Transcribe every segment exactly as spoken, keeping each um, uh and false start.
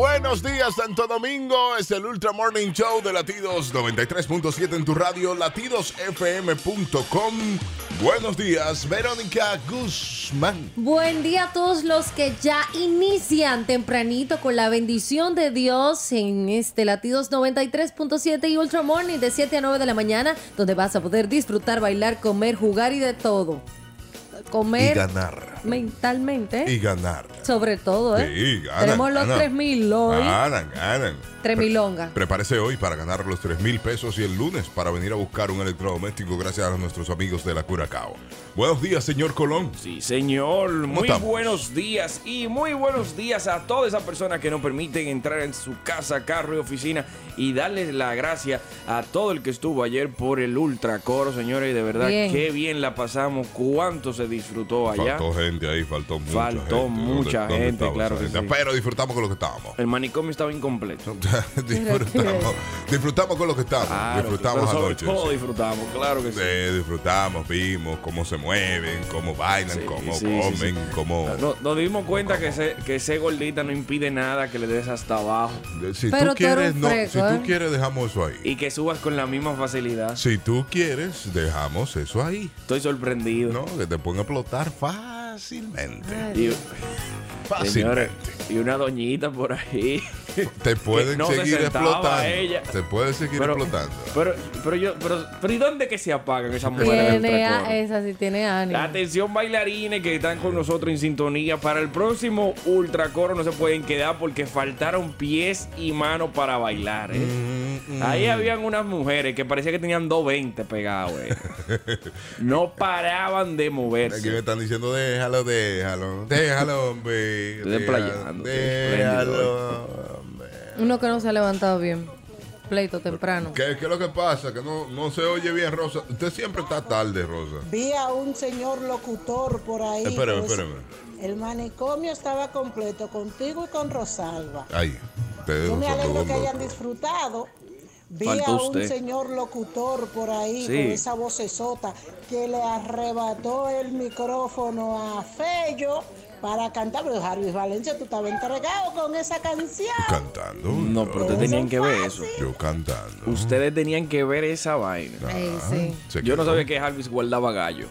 Buenos días, Santo Domingo. Es el Ultra Morning Show de Latidos noventa y tres punto siete en tu radio, latidos f m punto com. Buenos días, Verónica Guzmán. Buen día a todos los que ya inician tempranito con la bendición de Dios en este Latidos noventa y tres punto siete y Ultra Morning de siete a nueve de la mañana, donde vas a poder disfrutar, bailar, comer, jugar y de todo. Comer y ganar mentalmente y ganar sobre todo, ¿eh? Sí, ganan, tenemos los ganan. tres mil hoy. Ganan, ganan. Tres milongas. Prepárese hoy para ganar los tres mil pesos y el lunes para venir a buscar un electrodoméstico gracias a nuestros amigos de la Curacao. Buenos días, señor Colón. Sí, señor. Muy estamos? buenos días y muy buenos días a todas esas personas que nos permiten entrar en su casa, carro y oficina y darles la gracia a todo el que estuvo ayer por el Ultra Coro, señores. Y de verdad, Bien. qué bien la pasamos. Cuánto se disfrutó allá. Faltó gente ahí, faltó mucha Faltó gente. mucha ¿Dónde- dónde gente, estaba claro esa que gente? sí. Pero disfrutamos con lo que estábamos. El manicomio estaba incompleto. disfrutamos, disfrutamos con lo que estábamos. Claro, disfrutamos pero sobre anoche. todo sí. disfrutamos, claro que sí. Sí, disfrutamos, vimos cómo se mueven, cómo bailan, Sí, cómo sí, comen, sí, sí. cómo... No- nos dimos cuenta que ser, que ser gordita no impide nada, que le des hasta abajo Si Pero tú tú eres quieres, un no, freco, si tú ¿eh? quieres, dejamos eso ahí. y que subas con la misma facilidad. Si tú quieres, dejamos eso ahí. Estoy sorprendido. No, que te ponga a explotar fácilmente. Ay, Y, Fácilmente. señores, y una doñita por ahí. Te pueden no se seguir sentaba explotando. ella. Te pueden seguir Pero, explotando. pero, pero yo, pero, pero ¿y dónde que se apagan esas mujeres del Tiene a- ultracoro? esa sí tiene ánimo. Atención bailarines que están con nosotros en sintonía. Para el próximo ultracoro no se pueden quedar porque faltaron pies y manos para bailar, ¿eh? Mm, mm. Ahí habían unas mujeres que parecía que tenían doscientos veinte pegados, ¿eh? No paraban de Aquí me moverse. están diciendo, déjalo, déjalo, déjalo, hombre. Estoy déjalo, desplayando, estoy Déjalo, hombre. Uno que no se ha levantado bien. Pleito temprano. ¿Qué, ¿Qué es lo que pasa? Que no, no se oye bien, Rosa. Usted siempre está tarde, Rosa. Vi a un señor locutor por ahí. Espérame, pues, espérame. El manicomio estaba completo contigo y con Rosalba. Ahí. Ustedes Yo no me son alegro dos que hayan locos. disfrutado. Vi Faltó a un usted. señor locutor por ahí Sí. con esa vocesota que le arrebató el micrófono a Fello para cantar. Pero Jarvis Valencia, tú estabas entregado con esa canción. Cantando. No, pero ustedes tenían que ver eso. Yo cantando. Ustedes tenían que ver esa vaina. Ay, sí. Se Yo no quedó. sabía que Jarvis guardaba gallo.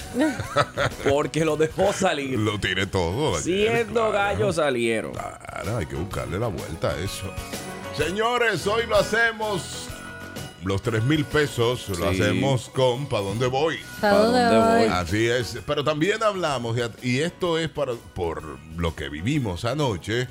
Porque lo dejó salir. Lo tiré todo. ayer, Siendo claro. gallos salieron. Claro, hay que buscarle la vuelta a eso. Señores, hoy lo hacemos. Los tres mil pesos lo Sí. hacemos con ¿Pa' dónde voy? ¿Para ¿Pa' dónde dónde voy? voy? Así es, pero también hablamos, y- y esto es para, por lo que vivimos anoche.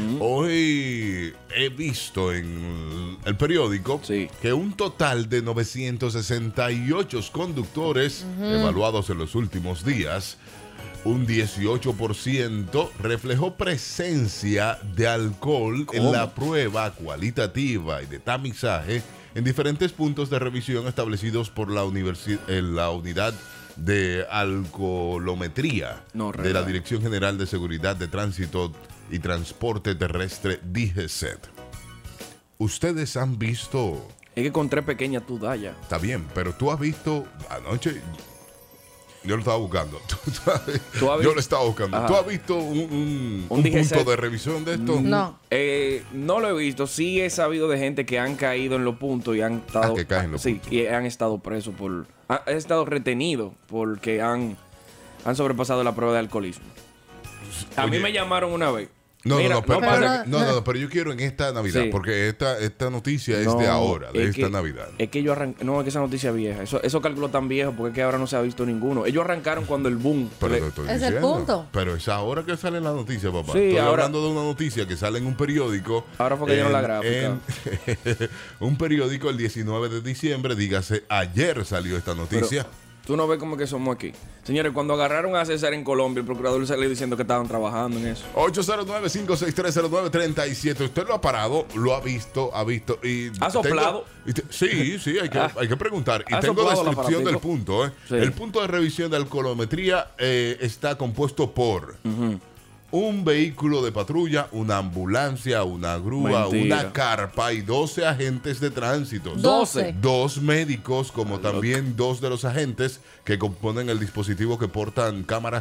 Hoy he visto en el periódico Sí. que un total de novecientos sesenta y ocho conductores evaluados en los últimos días, un dieciocho por ciento reflejó presencia de alcohol en ¿Cómo? la prueba cualitativa y de tamizaje en diferentes puntos de revisión establecidos por la, universi- eh, la unidad de alcoholometría No, de la relaja. Dirección General de Seguridad de Tránsito y Transporte Terrestre, D G C E T. Ustedes han visto, Es que con tres pequeñas tú das ya. está bien, pero tú has visto anoche. Yo lo estaba buscando. Tú- tú has- ¿Tú has yo visto? lo estaba buscando. Ajá. ¿Tú has visto un, un- Un un D G C E T? punto de revisión de esto? No. Eh, no lo he visto. Sí he sabido de gente que han caído en los puntos y han estado. Ah, que caen en los sí, puntos. y han estado presos por. Han, han estado retenidos porque han, han sobrepasado la prueba de alcoholismo. A Oye. mí me llamaron una vez. No, Mira, no, no, pero, pasa pero- que- no, no, no, pero yo quiero en esta Navidad, Sí. porque esta, esta noticia es No, de ahora, de es esta que- Navidad. Es que yo arranqué. No, es que esa noticia es vieja. Eso, esos cálculos tan viejos porque es que ahora no se ha visto ninguno. Ellos arrancaron cuando el boom. Pero le- te estoy Es el diciendo. punto. Pero es ahora que sale la noticia, papá. Sí, Estoy ahora- hablando de una noticia que sale en un periódico. Ahora fue que dieron la gráfica. en- un periódico el diecinueve de diciembre, dígase, ayer salió esta noticia. Tú no ves como que somos aquí. Señores, cuando agarraron a César en Colombia, el procurador salió diciendo que estaban trabajando en eso. ocho cero nueve, cinco seis tres, cero nueve tres siete. Usted lo ha parado, lo ha visto, ha visto y ¿Ha tengo- soplado? y te- sí, sí, hay que, Ah. hay que preguntar. Y ¿Ha tengo la soplado el descripción del aparatico? punto. ¿eh? Sí. El punto de revisión de alcoholometría eh, está compuesto por un vehículo de patrulla, una ambulancia, una grúa, Mentira. una carpa y doce agentes de tránsito. doce. Dos médicos, como también dos de los agentes que componen el dispositivo que portan cámaras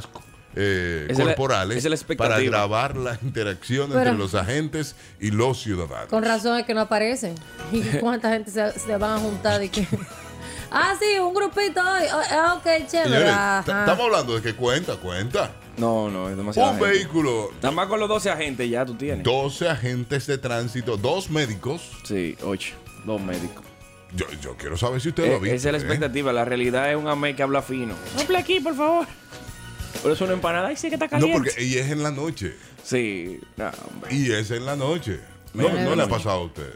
eh, Esa es la- corporales esa es la expectativa. para grabar la interacción Pero- entre los agentes y los ciudadanos. Con razón es que no aparecen. ¿Y cuánta gente se, se van a juntar? De que... ah, sí, un grupito hoy. Ah, ok, chévere. Señores, Ajá. t- estamos hablando de que cuenta, cuenta. No, no, es demasiado. Un vehículo, Nada más con los doce agentes ya tú tienes. doce agentes de tránsito, dos médicos. Sí, ocho. Dos médicos. Yo, yo quiero saber si usted lo Eh, ha visto. esa es la ¿eh? expectativa. La realidad es un amé que habla fino. Sople aquí, por favor. Por eso una empanada. Ay, sí que está No, caliente. porque y es en la noche. Sí, no, hombre. Y es en la noche. No, Mira, no le ha no. pasado a usted.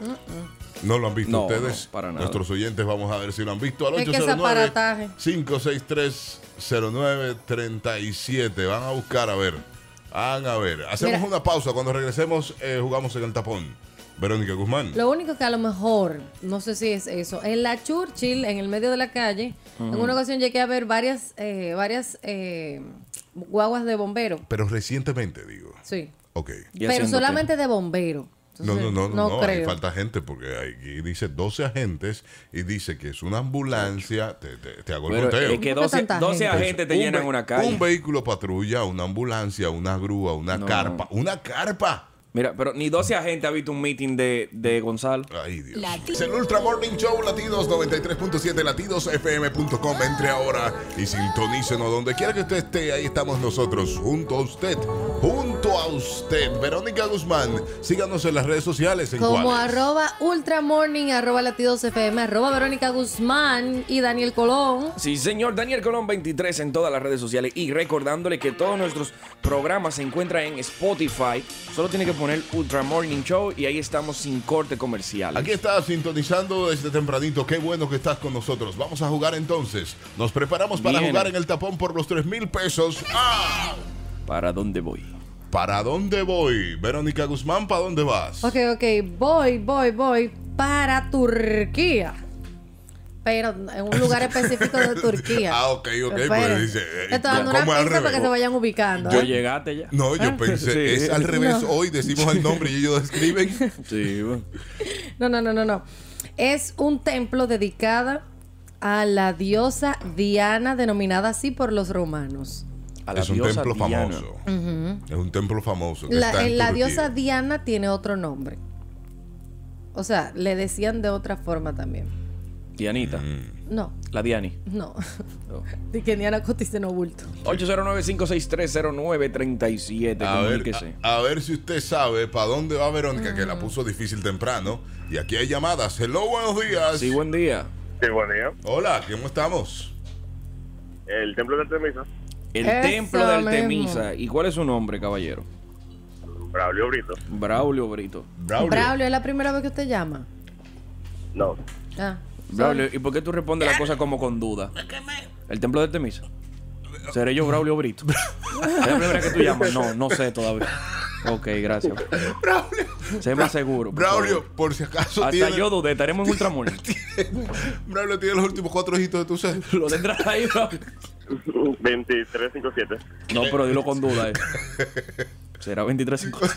No lo han visto No, ustedes. no, para nada. Nuestros oyentes, vamos a ver si lo han visto. Al Es que ese ocho cero nueve, aparataje. cinco seis tres, cero nueve tres siete. Van a buscar, a ver. Van a ver. Hacemos Mira. una pausa. Cuando regresemos, eh, jugamos en el tapón. Verónica Guzmán. Lo único que a lo mejor, no sé si es eso, en la Churchill, en el medio de la calle, en una ocasión llegué a ver varias, eh, varias eh, guaguas de bomberos. Pero recientemente, digo. Sí. Ok. ¿Y Pero haciendo solamente de bomberos. No, no, no, no, no, ahí creo. falta gente porque aquí dice doce agentes y dice que es una ambulancia. Te, te, te hago el Pero conteo. es que ¿Cómo que doce, tanta doce gente? agentes te Un llenan ve- una calle. Un vehículo patrulla, una ambulancia, una grúa, una No. carpa. ¡Una carpa! Mira, pero ni doce agentes ha visto un meeting de, de Gonzalo. Ay, Dios. Es el Ultra Morning Show, Latidos noventa y tres punto siete, latidos f m punto com. Entre ahora y sintonícenos donde quiera que usted esté. Ahí estamos nosotros, junto a usted. Junto a usted. Verónica Guzmán, síganos en las redes sociales. ¿En Como cuáles? arroba ultramorning, arroba latidos F M, arroba Verónica Guzmán y Daniel Colón. Sí, señor, Daniel Colón veintitrés en todas las redes sociales. Y recordándole que todos nuestros programas se encuentran en Spotify. Solo tiene que poner Ultra Morning Show y ahí estamos sin corte comercial. Aquí estás sintonizando desde tempranito. Qué bueno que estás con nosotros. Vamos a jugar entonces. Nos preparamos para Bien. jugar en el tapón por los tres mil pesos. ¡Ah! ¿Para dónde voy? ¿Para dónde voy? Verónica Guzmán, ¿para dónde vas? Ok, ok, voy, voy, voy para Turquía. Pero en un lugar específico de Turquía. Ah, ok, ok, Esperen. pues dice, eh, Estoy dando ¿cómo una es al pista para que revés? se vayan ubicando. Yo ¿eh? llegaste ya. No, yo pensé, Sí. es al revés. No. Hoy decimos el nombre y ellos escriben. Sí, bueno. No, no, no, no, no. Es un templo dedicado a la diosa Diana, denominada así por los romanos. A la Es un diosa templo Diana. famoso. Es un templo famoso. que La, está en eh, la Turquía. diosa Diana tiene otro nombre. O sea, le decían de otra forma también. Dianita. Mm. No, La Diani. no. Oh. De que Diana cotice no bulto. ocho cero nueve, cinco seis tres, cero nueve tres siete. A ver, Comuníquese. a, a ver si usted sabe para dónde va Verónica, que la puso difícil temprano. Y aquí hay llamadas. Hello, buenos días. Sí, buen día. Sí, buen día. Hola, ¿cómo estamos? El templo de Artemisa, El Eso templo del mismo. Temisa. ¿Y cuál es su nombre, caballero? Braulio Brito. Braulio Brito. Braulio. Braulio, ¿es la primera vez que usted llama? No. Ah. Braulio, ¿y por qué tú respondes la cosa como con duda? El templo del Temisa. ¿Seré yo Braulio Brito? ¿Es la primera que tú llamas? No, no sé todavía. Ok, gracias. Braulio. Sé más seguro. por Braulio, favor. por si acaso Hasta tiene... yo dudé, estaremos en Ultramor. Braulio tiene los últimos cuatro hijitos de tu ser. Lo tendrás ahí, Braulio. veintitrés cincuenta y siete. No, pero dilo con duda. Eh. Será veintitrés cincuenta.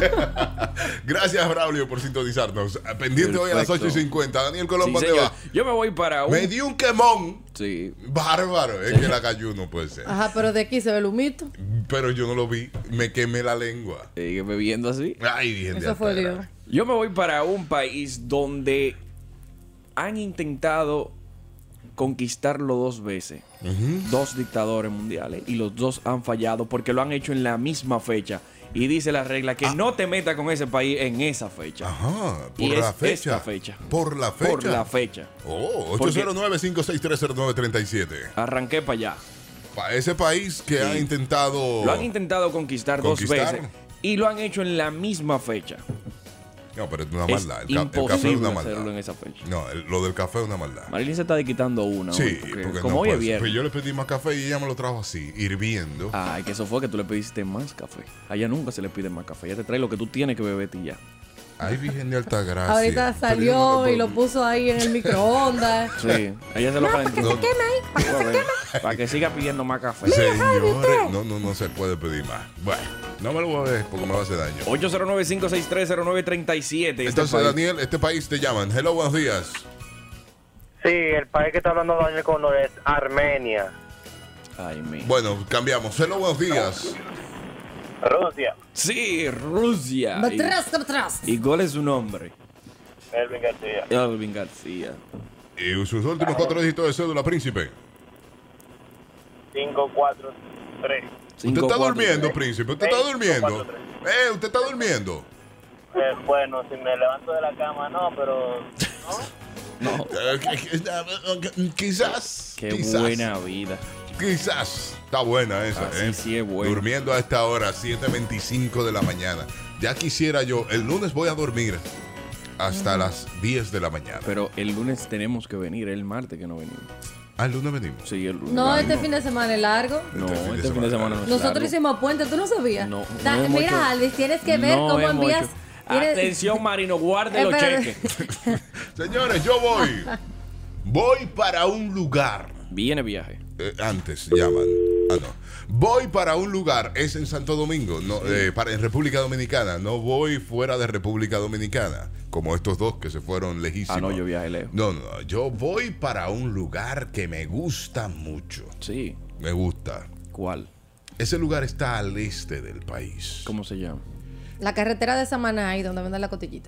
Gracias, Braulio, por sintonizarnos. Pendiente hoy a las Perfecto. ocho y cincuenta. Daniel Colón, Sí, ¿dónde señor. va? Yo me voy para un... Me dio un quemón. Sí. Bárbaro. Es que la cayó no puede ser. Ajá, pero de aquí se ve el humito. Pero yo no lo vi. Me quemé la lengua. Sigue bebiendo así. Ay, bien. Eso fue Dios. Yo me voy para un país donde han intentado conquistarlo dos veces. Dos dictadores mundiales. Y los dos han fallado porque lo han hecho en la misma fecha. Y dice la regla que no te metas con ese país en esa fecha. Ajá, por Y la es fecha. esta fecha. Por la fecha. Por la fecha. Oh, Porque- ocho cero nueve, cinco seis tres, cero nueve tres siete. Arranqué para allá. Para ese país que ha intentado. Lo han intentado conquistar, ¿Conquistar? dos veces. Y lo han hecho en la misma fecha. No, pero es una Es maldad. El, ca- el café es imposible una hacerlo en maldad. esa fecha. No, el- lo del café es una maldad. Marilyn se está quitando una. Sí, hoy, porque porque como no hoy puede es ser. viernes. Pues yo le pedí más café y ella me lo trajo así, hirviendo. Ay, que eso fue que tú le pediste más café. A ella nunca se le pide más café. Ella te trae lo que tú tienes que beberte y ya. Ay, Virgen de Alta Gracia. Ahorita Pero yo salió no me y lo puedo- puso ahí en el microondas. Sí, ella se lo calentó. No, Para que siga pidiendo más café. señores, no, no, no se puede pedir más. Bueno, no me lo voy a ver porque me va a hacer daño. ocho cero nueve, cinco seis tres, cero nueve tres siete. Este Entonces, país. Daniel, este país te llaman. Hello, buenos días. Sí, el país que está hablando Daniel Colón es Armenia. Ay, mi. Bueno, cambiamos. Hello, buenos días. Rusia. Sí, Rusia. Va Y- atrás, va atrás. ¿Y cuál es su nombre? Elvin García. Elvin García. Y sus últimos cuatro dígitos de cédula, príncipe. cinco cuatro tres. Usted está durmiendo, príncipe. Usted está durmiendo. Eh, usted está durmiendo. Eh, bueno, si me levanto de la cama, no, pero... No. Eh, eh, Quizás. Qué quizás, buena vida. Quizás. Está buena esa, Así ¿eh? sí es buena. Durmiendo a esta hora, siete veinticinco de la mañana. Ya quisiera yo. El lunes voy a dormir hasta las diez de la mañana. Pero el lunes tenemos que venir, el martes que no venimos. Ah, el lunes venimos. Sí, el lunes. No, Ay, este fin de semana es largo. No, Este fin de este fin de semana. semana no es Nosotros largo. hicimos puente, ¿tú no sabías? No, Da- no hemos mira, hecho- Alvis, tienes que ver No cómo hemos envías. hecho- tienes- Atención, Marino, guarde los Espérate. cheques. Señores, yo voy. Voy para un lugar. Viene viaje. Eh, antes llaman. Ah, no. Voy para un lugar, es en Santo Domingo, no, eh, para, en República Dominicana. No voy fuera de República Dominicana, como estos dos que se fueron lejísimos. Ah, no, yo viajé lejos. No, no, yo voy para un lugar que me gusta mucho. Sí. Me gusta. ¿Cuál? Ese lugar está al este del país. ¿Cómo se llama? La carretera de Samaná, ahí donde venden la cotillita.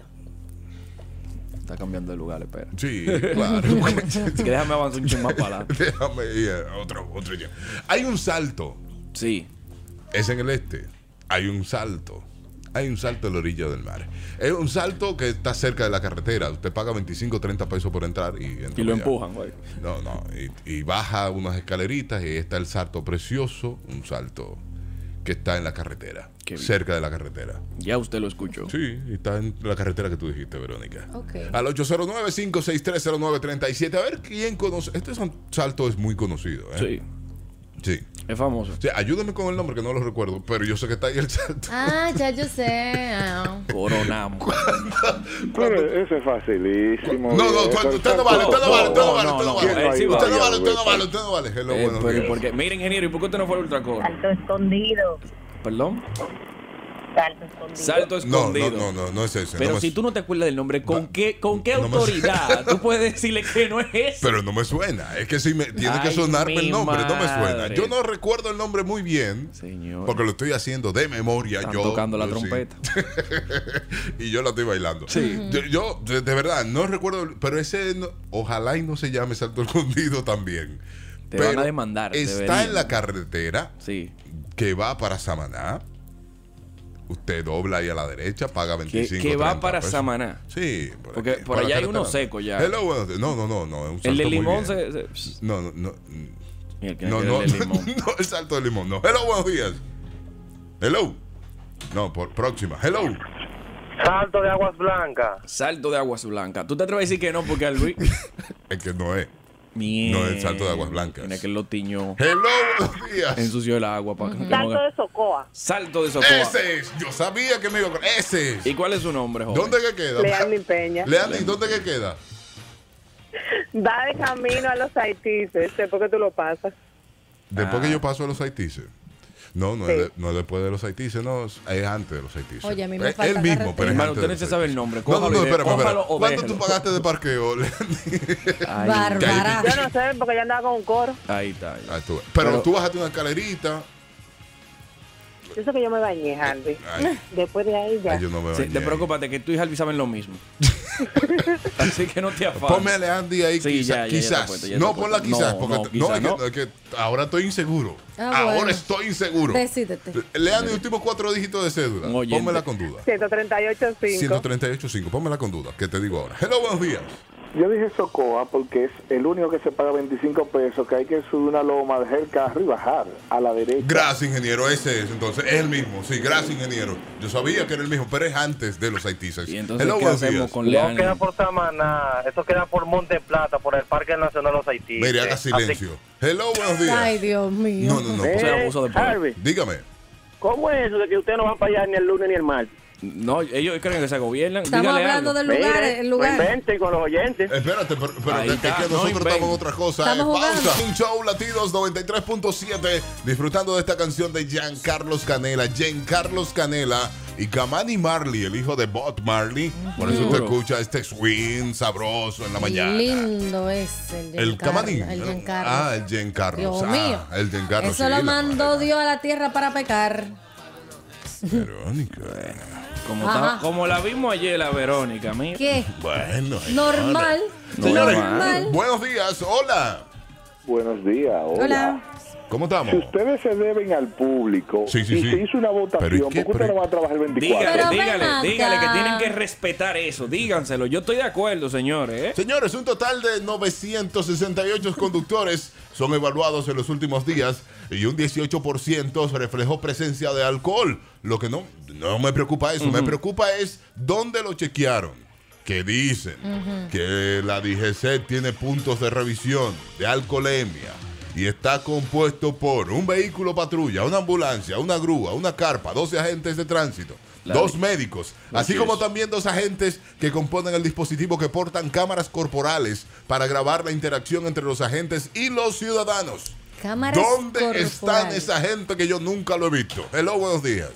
Está cambiando de lugar, espera. Sí, claro. Es que déjame avanzar un chin más para adelante. Déjame ir a otro, otro ya. Hay un salto. Sí. Es en el este. Hay un salto. Hay un salto en la orilla del mar. Es un salto que está cerca de la carretera. Usted paga veinticinco, treinta pesos por entrar y entra Y lo allá. empujan, güey. No, no. Y, y baja unas escaleritas y ahí está el salto precioso. Un salto que está en la carretera. Qué bien. Cerca de la carretera. Ya usted lo escuchó. Sí, está en la carretera que tú dijiste, Verónica. Ok. Al ocho cero nueve, cinco seis tres, cero nueve tres siete. A ver quién conoce. Este es un salto es muy conocido. ¿eh? Sí. Sí. Es famoso. Sí, ayúdame con el nombre que no lo recuerdo, pero yo sé que está ahí el salto. Ah, ya yo sé. Ah. Coronamos. Pero ese es facilísimo. No, no, viejo. usted no vale, usted no vale, usted no vale, usted no no, vale. no, él sí Usted no vale, vale, usted no güey. vale, usted no vale. Hello, Eh, buenos pero, días. porque, mira, ingeniero, ¿y por qué usted no fue al ultracoro? Salto escondido. Perdón. Salto escondido. Salto No, escondido. no, no, no, no es ese. Pero no me si su- tú no te acuerdas del nombre, ¿con Va- qué, con qué no me su- autoridad tú puedes decirle que no es ese? Pero no me suena. Es que sí me tiene que Ay, sonarme mi el nombre, no me suena. madre. Yo no recuerdo el nombre muy bien. Señor. Porque lo estoy haciendo de memoria. Están yo tocando la yo sí. trompeta. Y yo la estoy bailando. Sí. Yo, yo, de, de verdad, no recuerdo. Pero ese, no- ojalá y no se llame salto escondido también. Te Pero van a demandar, Está deberían. en la carretera Sí. que va para Samaná. Usted dobla ahí a la derecha, paga Que, veinticinco. que va treinta para pesos. Samaná. Sí, por Porque aquí, por la allá hay carretera. uno seco ya. Hello, buenos días. No, no, no, no. es un El salto de muy limón bien. se. se- No, no, no. y el que No, el no, de no, limón. no, el salto de limón, no. Hello, buenos días. Hello. No, por próxima. Hello. Salto de aguas blancas. Salto de aguas blancas. ¿Tú te atreves a decir que no porque al Luis? Es que no es. Mierda. No es el salto de aguas blancas. Mira que él lo tiñó. Hello, buenos días. Ensució el agua. Para que no Salto haga- de Socoa. Salto de Socoa. Ese es. Yo sabía que me iba a... Ese es. ¿Y cuál es su nombre, joven? ¿Dónde que queda? Leandri Peña. Leandri, ¿dónde que queda? Va de camino a los Haitises. Después que tú lo pasas. Después Ah. que yo paso a los Haitises. No, no, Sí. es de- no es después de los Haitises, no, es es antes de los Haitises. Oye, a mí me Es falta él mismo, carretera. pero es Hermano, antes usted de no se los sabe el Haitises. nombre. No, no, Cójalo no, y de- espérame, cójalo espérame. o ¿Cuánto déjelo. tú pagaste de parqueo, Leandri? Ay, Bárbara. Yo no sé, porque yo andaba con un coro. Ahí está. ahí. Ah, tú- Pero, Pero- tú bajaste una escalerita. Yo sé que yo me bañé, Harvey. Ay, Después de ahí ya. ay, yo no me Sí, bañé te ahí. preocúpate que tú y Harvey saben lo mismo. Así que no te afanes. Ponme a Leandri ahí, Sí, quizá- ya, ya, ya está quizás. puesto, ya no, está ponla puesto. quizás. No, porque no, te- quizás es que- no. es que ahora estoy inseguro. Ah, ahora bueno. estoy inseguro. Decídete. Leandri, últimos cuatro dígitos de cédula. Un oyente. Pónmela con duda. ciento treinta y ocho punto cinco. ciento treinta y ocho punto cinco. Pónmela con duda. ¿Qué te digo ahora? Hello, buenos días. Yo dije Socoa porque es el único que se paga veinticinco pesos, que hay que subir una loma, dejar el carro y bajar a la derecha. Gracias, ingeniero. Ese es, entonces. Es el mismo. Sí, gracias, ingeniero. Yo sabía que era el mismo, pero es antes de los Haitises. Y entonces, Hello, ¿qué buenos hacemos días. con No Leandro? queda por Samaná, eso queda por Monte Plata, por el Parque Nacional de los Haití. Mire, haga silencio. Hello, buenos días. Ay, Dios mío. No, no, no. O sea, abuso de poder. Harvey, Dígame. ¿cómo es eso de que ustedes no van para allá ni el lunes ni el martes? No, ellos creen que se gobiernan. Estamos Dígale hablando algo. del lugar. Mire, El no lugar. inventen con los oyentes. Espérate, pero, pero Ahí es que está, no nosotros inventen. estamos en otra cosa. Estamos Eh, pausa. jugando. Un show Latidos noventa y tres punto siete. Disfrutando de esta canción de Giancarlos Canela. Giancarlos Canela y Kamani Marley, el hijo de Bob Marley. Por eso usted Duro. escucha este swing sabroso en la mañana. Lindo es el El Giancarlo, Kamani. El Giancarlo. Ah, el Giancarlos. Dios Ah, mío. el Giancarlos. Eso sí, lo la mandó madre. Dios a la tierra para pecar. Verónica. Como, Ajá. ta- como la vimos ayer, la Verónica, mira. ¿Qué? Bueno. Normal. Señores, Normal. buenos días. Hola. Buenos días, hola. Hola. ¿Cómo estamos? Si ustedes se deben al público Sí, sí, y sí. se hizo una Pero, ¿y votación, qué? ¿por qué ustedes Pero- no van a trabajar el veinticuatro? Pero Dígale, ven dígale, acá. dígale que tienen que respetar eso. Díganselo. Yo estoy de acuerdo, señores. ¿eh? Señores, un total de novecientos sesenta y ocho conductores son evaluados en los últimos días y un dieciocho por ciento reflejó presencia de alcohol. Lo que no, no me preocupa eso, me preocupa es dónde lo chequearon. Que dicen que la D G C tiene puntos de revisión de alcoholemia y está compuesto por un vehículo patrulla, una ambulancia, una grúa, una carpa, doce agentes de tránsito, La dos de- médicos, Así así como es. también dos agentes que componen el dispositivo que portan cámaras corporales para grabar la interacción entre los agentes y los ciudadanos. Cámaras ¿Dónde están corporales. esa gente que yo nunca lo he visto? Hello, buenos días.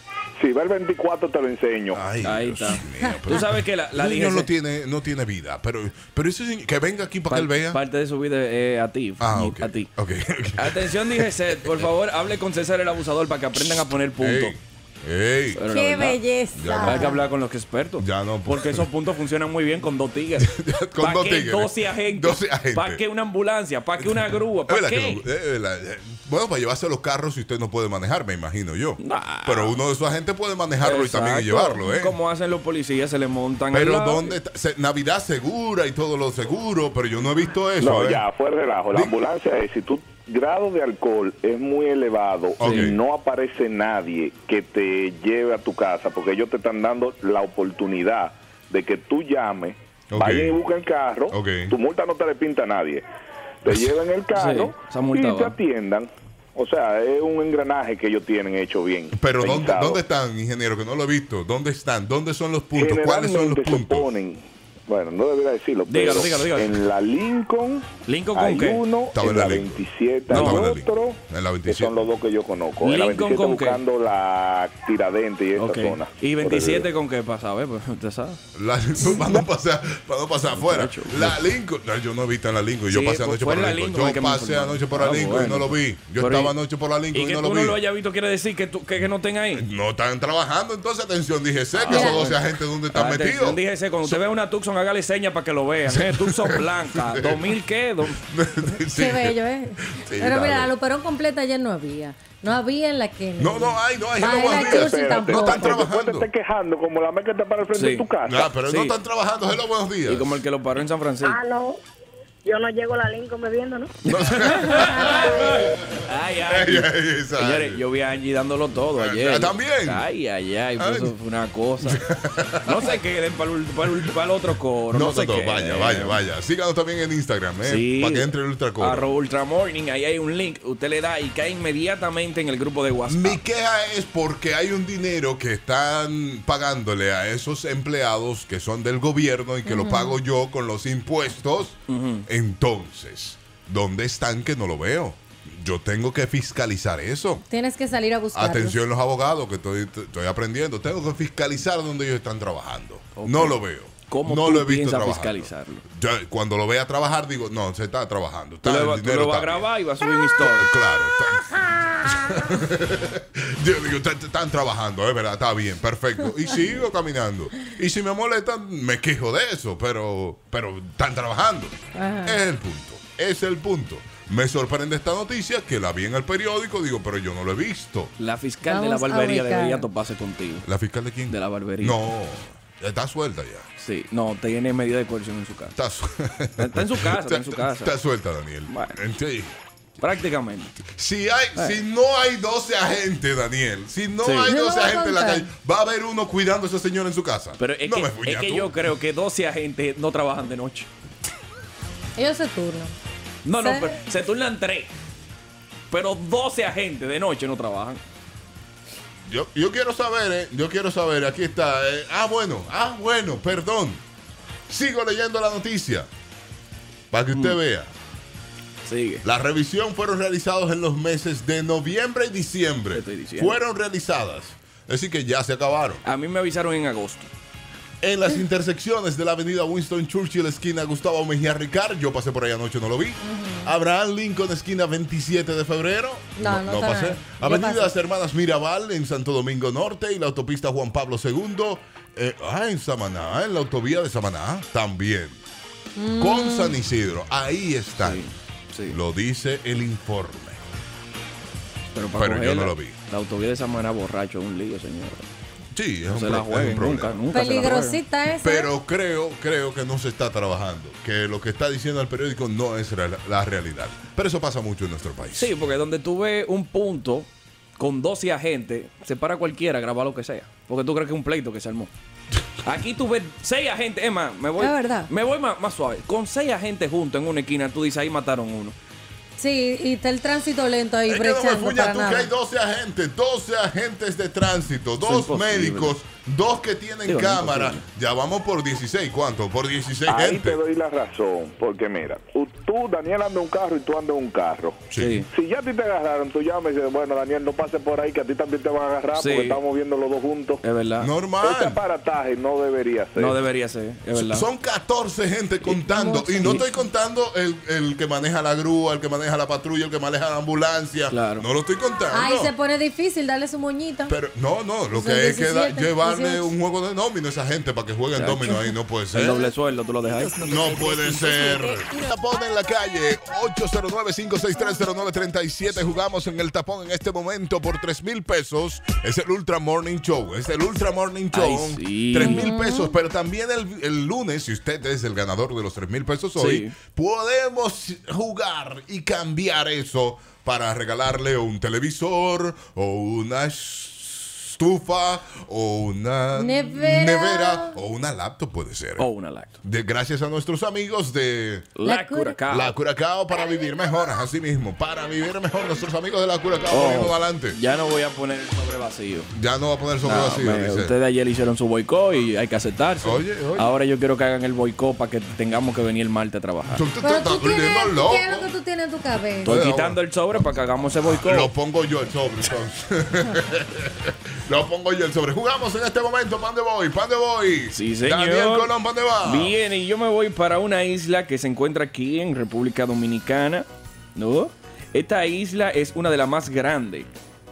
Si va el veinticuatro te lo enseño. Ay, Ahí Dios está. mío, pero- Tú sabes que la, la No, D G C no tiene, no tiene vida, pero, pero eso sí, que venga aquí para que él par- vea. parte de su vida eh, a ti. Ah, y- ok. A ti. Ok, ok. Atención, D G C, por favor, hable con César el abusador para que aprendan a poner puntos. Ey, ey. Pero la Qué verdad, belleza. Ya Hay que hablar con los expertos. Ya no, Porque esos puntos funcionan muy bien con dos tigres. Con ¿Para dos qué tigres. doce agentes? doce agentes. ¿Para qué una ambulancia? ¿Para qué una grúa? Es ¿Para verdad qué? que no- es verdad, eh, bueno, para llevarse los carros si usted no puede manejar, me imagino yo. Nah. Pero uno de esos agentes puede manejarlo y también Exacto. llevarlo, ¿eh? Como hacen los policías, se le montan al Pero lado. ¿dónde está? Se- Navidad segura y todo lo seguro, pero yo no he visto eso. No, ¿eh? ya, fue relajo. La Di- ambulancia es, si tu grado de alcohol es muy elevado Ok. y no aparece nadie que te lleve a tu casa, porque ellos te están dando la oportunidad de que tú llames, Ok. vayan y busquen el carro, Ok. tu multa no te le pinta a nadie. Te llevan el carro Sí, esa multa y te va. atiendan. O sea, es un engranaje que ellos tienen hecho bien. Pero ¿dónde, pensado. ¿dónde están, ingeniero? Que no lo he visto. ¿Dónde están? ¿Dónde son los puntos? ¿Cuáles son los Generalmente se puntos? ponen, bueno, no debería decirlo, Dígalo, pero dígalo, dígalo. en la Lincoln, ¿Lincoln con hay qué? uno, Estaba en en la la Lincoln. veintisiete No, hay estaba en la otro, Lincoln. En la que veintisiete. son los dos que yo conozco. En la ¿Lincoln veintisiete con qué? buscando la Tiradentes y esa Ok. zona. ¿Y veintisiete con qué pasa? A ver, pues usted sabe. La, para, no pasar, para no pasar afuera. Muchacho. La Lincoln. No, yo no he visto en la Lincoln. Yo Sí, pasé fue- anoche fue por en la la Lincoln. Lincoln el que Yo me pasé informó. anoche por la Ah, Lincoln y bueno. no lo vi. Yo Pero estaba y- anoche por la Lincoln Y y, que no tú lo no vi. lo hayas visto quiere decir que, tú, que, que no estén ahí. No están trabajando, entonces atención, dije, sé que Mira. esos doce agentes dónde están Atención, metidos. D G C, cuando usted vea una Tucson, hágale seña para que lo vean. ¿eh? Tucson blanca. ¿dos mil qué? Dos- Sí. Qué bello, ¿eh? Sí, Pero mira, dale. la Luperón completa ayer no había. No había en la Kennedy. No, no hay, no hay. Ah, Hello, en buenos la días. Churchill tampoco. No están Porque después trabajando. te estés quejando como la meca está para el frente Sí. de tu casa. Ah, pero Sí. no están trabajando. Hello, buenos días. Y como el que lo paró en San Francisco. Ah, no. Yo no llego a la Lincoln bebiendo, ¿no? Ay, Ay, ay. ay, esa- Señores, yo vi a Angie dándolo todo Ah, ayer. ¿también? Ay, ay, ay. Pues Ay. eso fue una cosa. No se queden para el, para el, para el otro coro. No, No, se no, no, queden. vaya, vaya, vaya. Síganos también en Instagram, ¿eh? Sí. Para que entre el ultracoro. Arroba Ultramorning, ahí hay un link. Usted le da y cae inmediatamente en el grupo de WhatsApp. Mi queja es porque hay un dinero que están pagándole a esos empleados que son del gobierno y que lo pago yo con los impuestos. Entonces, ¿dónde están que no lo veo? Yo tengo que fiscalizar eso. Tienes que salir a buscarlos. Atención los abogados que estoy, estoy aprendiendo. Tengo que fiscalizar donde ellos están trabajando. Ok. No lo veo. ¿Cómo no tú lo he visto piensas trabajando. fiscalizarlo? Yo, cuando lo vea trabajar digo, no, se está trabajando. Tú Está, lo, el vas- tú dinero lo vas a está bien. grabar y vas a subir una historia. Claro. está- Yo digo, "Está- están trabajando, es verdad, está bien, perfecto. Y sigo caminando. Y si me molestan, me quejo de eso, pero, pero están trabajando. Ajá. Es el punto. Es el punto. Me sorprende esta noticia que la vi en el periódico, digo, pero yo no lo he visto. La fiscal Vamos de la a barbería ubicar. debería toparse contigo. ¿La fiscal de quién? De la barbería. No, está suelta ya. Sí, no, tiene medida de coerción en su casa. Está, su- Está en su casa, está en su casa. Está suelta, Daniel. Bueno. Sí. Prácticamente. Si, hay, si no hay doce agentes, Daniel, si no Sí. hay No lo doce va a agentes en la contar. calle, va a haber uno cuidando a ese señor en su casa. Pero es no que, me fuñas es que tú. yo creo que doce agentes no trabajan de noche. Ellos se turnan. No, no, Sí. pero se turnan tres. Pero doce agentes de noche no trabajan. Yo, yo quiero saber, eh, yo quiero saber, aquí está. eh, ah, bueno, ah, bueno, perdón. Sigo leyendo la noticia para que usted Mm. vea. Sigue. La revisión fueron realizados en los meses de noviembre y diciembre. Te estoy diciendo. Fueron realizadas. Es decir, que ya se acabaron. A mí me avisaron en agosto. En las intersecciones de la avenida Winston Churchill, esquina Gustavo Mejía Ricard, yo pasé por ahí anoche, no lo vi. Abraham Lincoln, esquina veintisiete de febrero. No, no está pasé. nada. Yo Avenida pasé. Las Hermanas Mirabal, en Santo Domingo Norte, y la autopista Juan Pablo segundo. eh, ah, en Samaná, en la autovía de Samaná, también. Con San Isidro, ahí están. Sí, sí. Lo dice el informe. Pero, para Pero yo cogerla, no lo vi. La autovía de Samaná borracho es un lío, señor. Sí, es No un, se pro- la es un jueguen problema. nunca, nunca se la jueguen. Peligrosita esa. Pero creo, creo que no se está trabajando. Que lo que está diciendo el periódico no es real- la realidad. Pero eso pasa mucho en nuestro país. Sí, porque donde tú ves un punto con doce agentes, se para cualquiera a grabar lo que sea. Porque tú crees que es un pleito que se armó. Aquí tú ves seis agentes, es más, me voy, Es verdad. me voy más, más suave. Con seis agentes juntos en una esquina, tú dices, ahí mataron uno. Sí, y está el tránsito lento ahí Es que no me brechando fuñas para tú que hay nada. doce agentes, doce agentes de tránsito, Eso es dos imposible. médicos, dos que tienen Digo, no es cámara. imposible. Ya vamos por dieciséis, ¿cuánto? Por dieciséis Ahí te gente. doy la razón, porque mira, tú, tú, Daniel, anda en un carro y tú andas en un carro. Sí. Si ya a ti te agarraron, tú llamas y dices, bueno, Daniel, no pases por ahí, que a ti también te van a agarrar Sí. porque estamos viendo los dos juntos. Es verdad. No, Este Normal. aparataje no debería ser. debería ser, es verdad. Son catorce gente contando. mucho. Y no estoy contando el, el que maneja la grúa, el que maneja la patrulla, el que maneja la ambulancia. Claro. No lo estoy contando. Ahí se pone difícil darle su moñito. Pero no, no, lo Son que hay que da- diecisiete, llevarle dieciocho. un juego de domino a esa gente para que jueguen Chacho. domino ahí. No puede ser. El doble sueldo, tú lo dejas ahí. No puede ser. Tapón en la calle, ocho cero nueve, cinco seis tres, cero nueve tres siete. Jugamos en el tapón en este momento por tres mil pesos. Es el Ultra Morning Show. Es el Ultra Morning Show. Ay, sí. tres mil pesos. Pero también el, el lunes, si usted es el ganador de los tres mil pesos hoy, Sí. podemos jugar y cambiar eso para regalarle un televisor o una estufa o una Nevera. nevera o una laptop, puede ser. O una lacto. De, gracias a nuestros amigos de La La Cura- Curacao. La Curacao para vivir mejor, así mismo, para vivir mejor. Nuestros amigos de La Curacao Oh, poniendo adelante. ya no voy a poner el sobre vacío. Ya no va a poner sobre No, vacío, me- dice. ustedes ayer hicieron su boicot y hay que aceptarse. Oye, oye. Ahora yo quiero que hagan el boicot para que tengamos que venir el martes a trabajar. Tú- tú- tú Pero estás tú tienes, volviendo ¿qué es lo loco. que tú tienes en tu cabeza? Estoy Bueno, quitando el sobre para que hagamos ese boicot. Lo pongo yo el sobre, entonces. Lo pongo yo el sobre. Jugamos en este momento. ¿Para dónde voy? ¿Para dónde voy? Sí, señor. Daniel Colón, ¿para dónde va? Bien, y yo me voy para una isla que se encuentra aquí en República Dominicana, ¿no? Esta isla es una de las más grandes.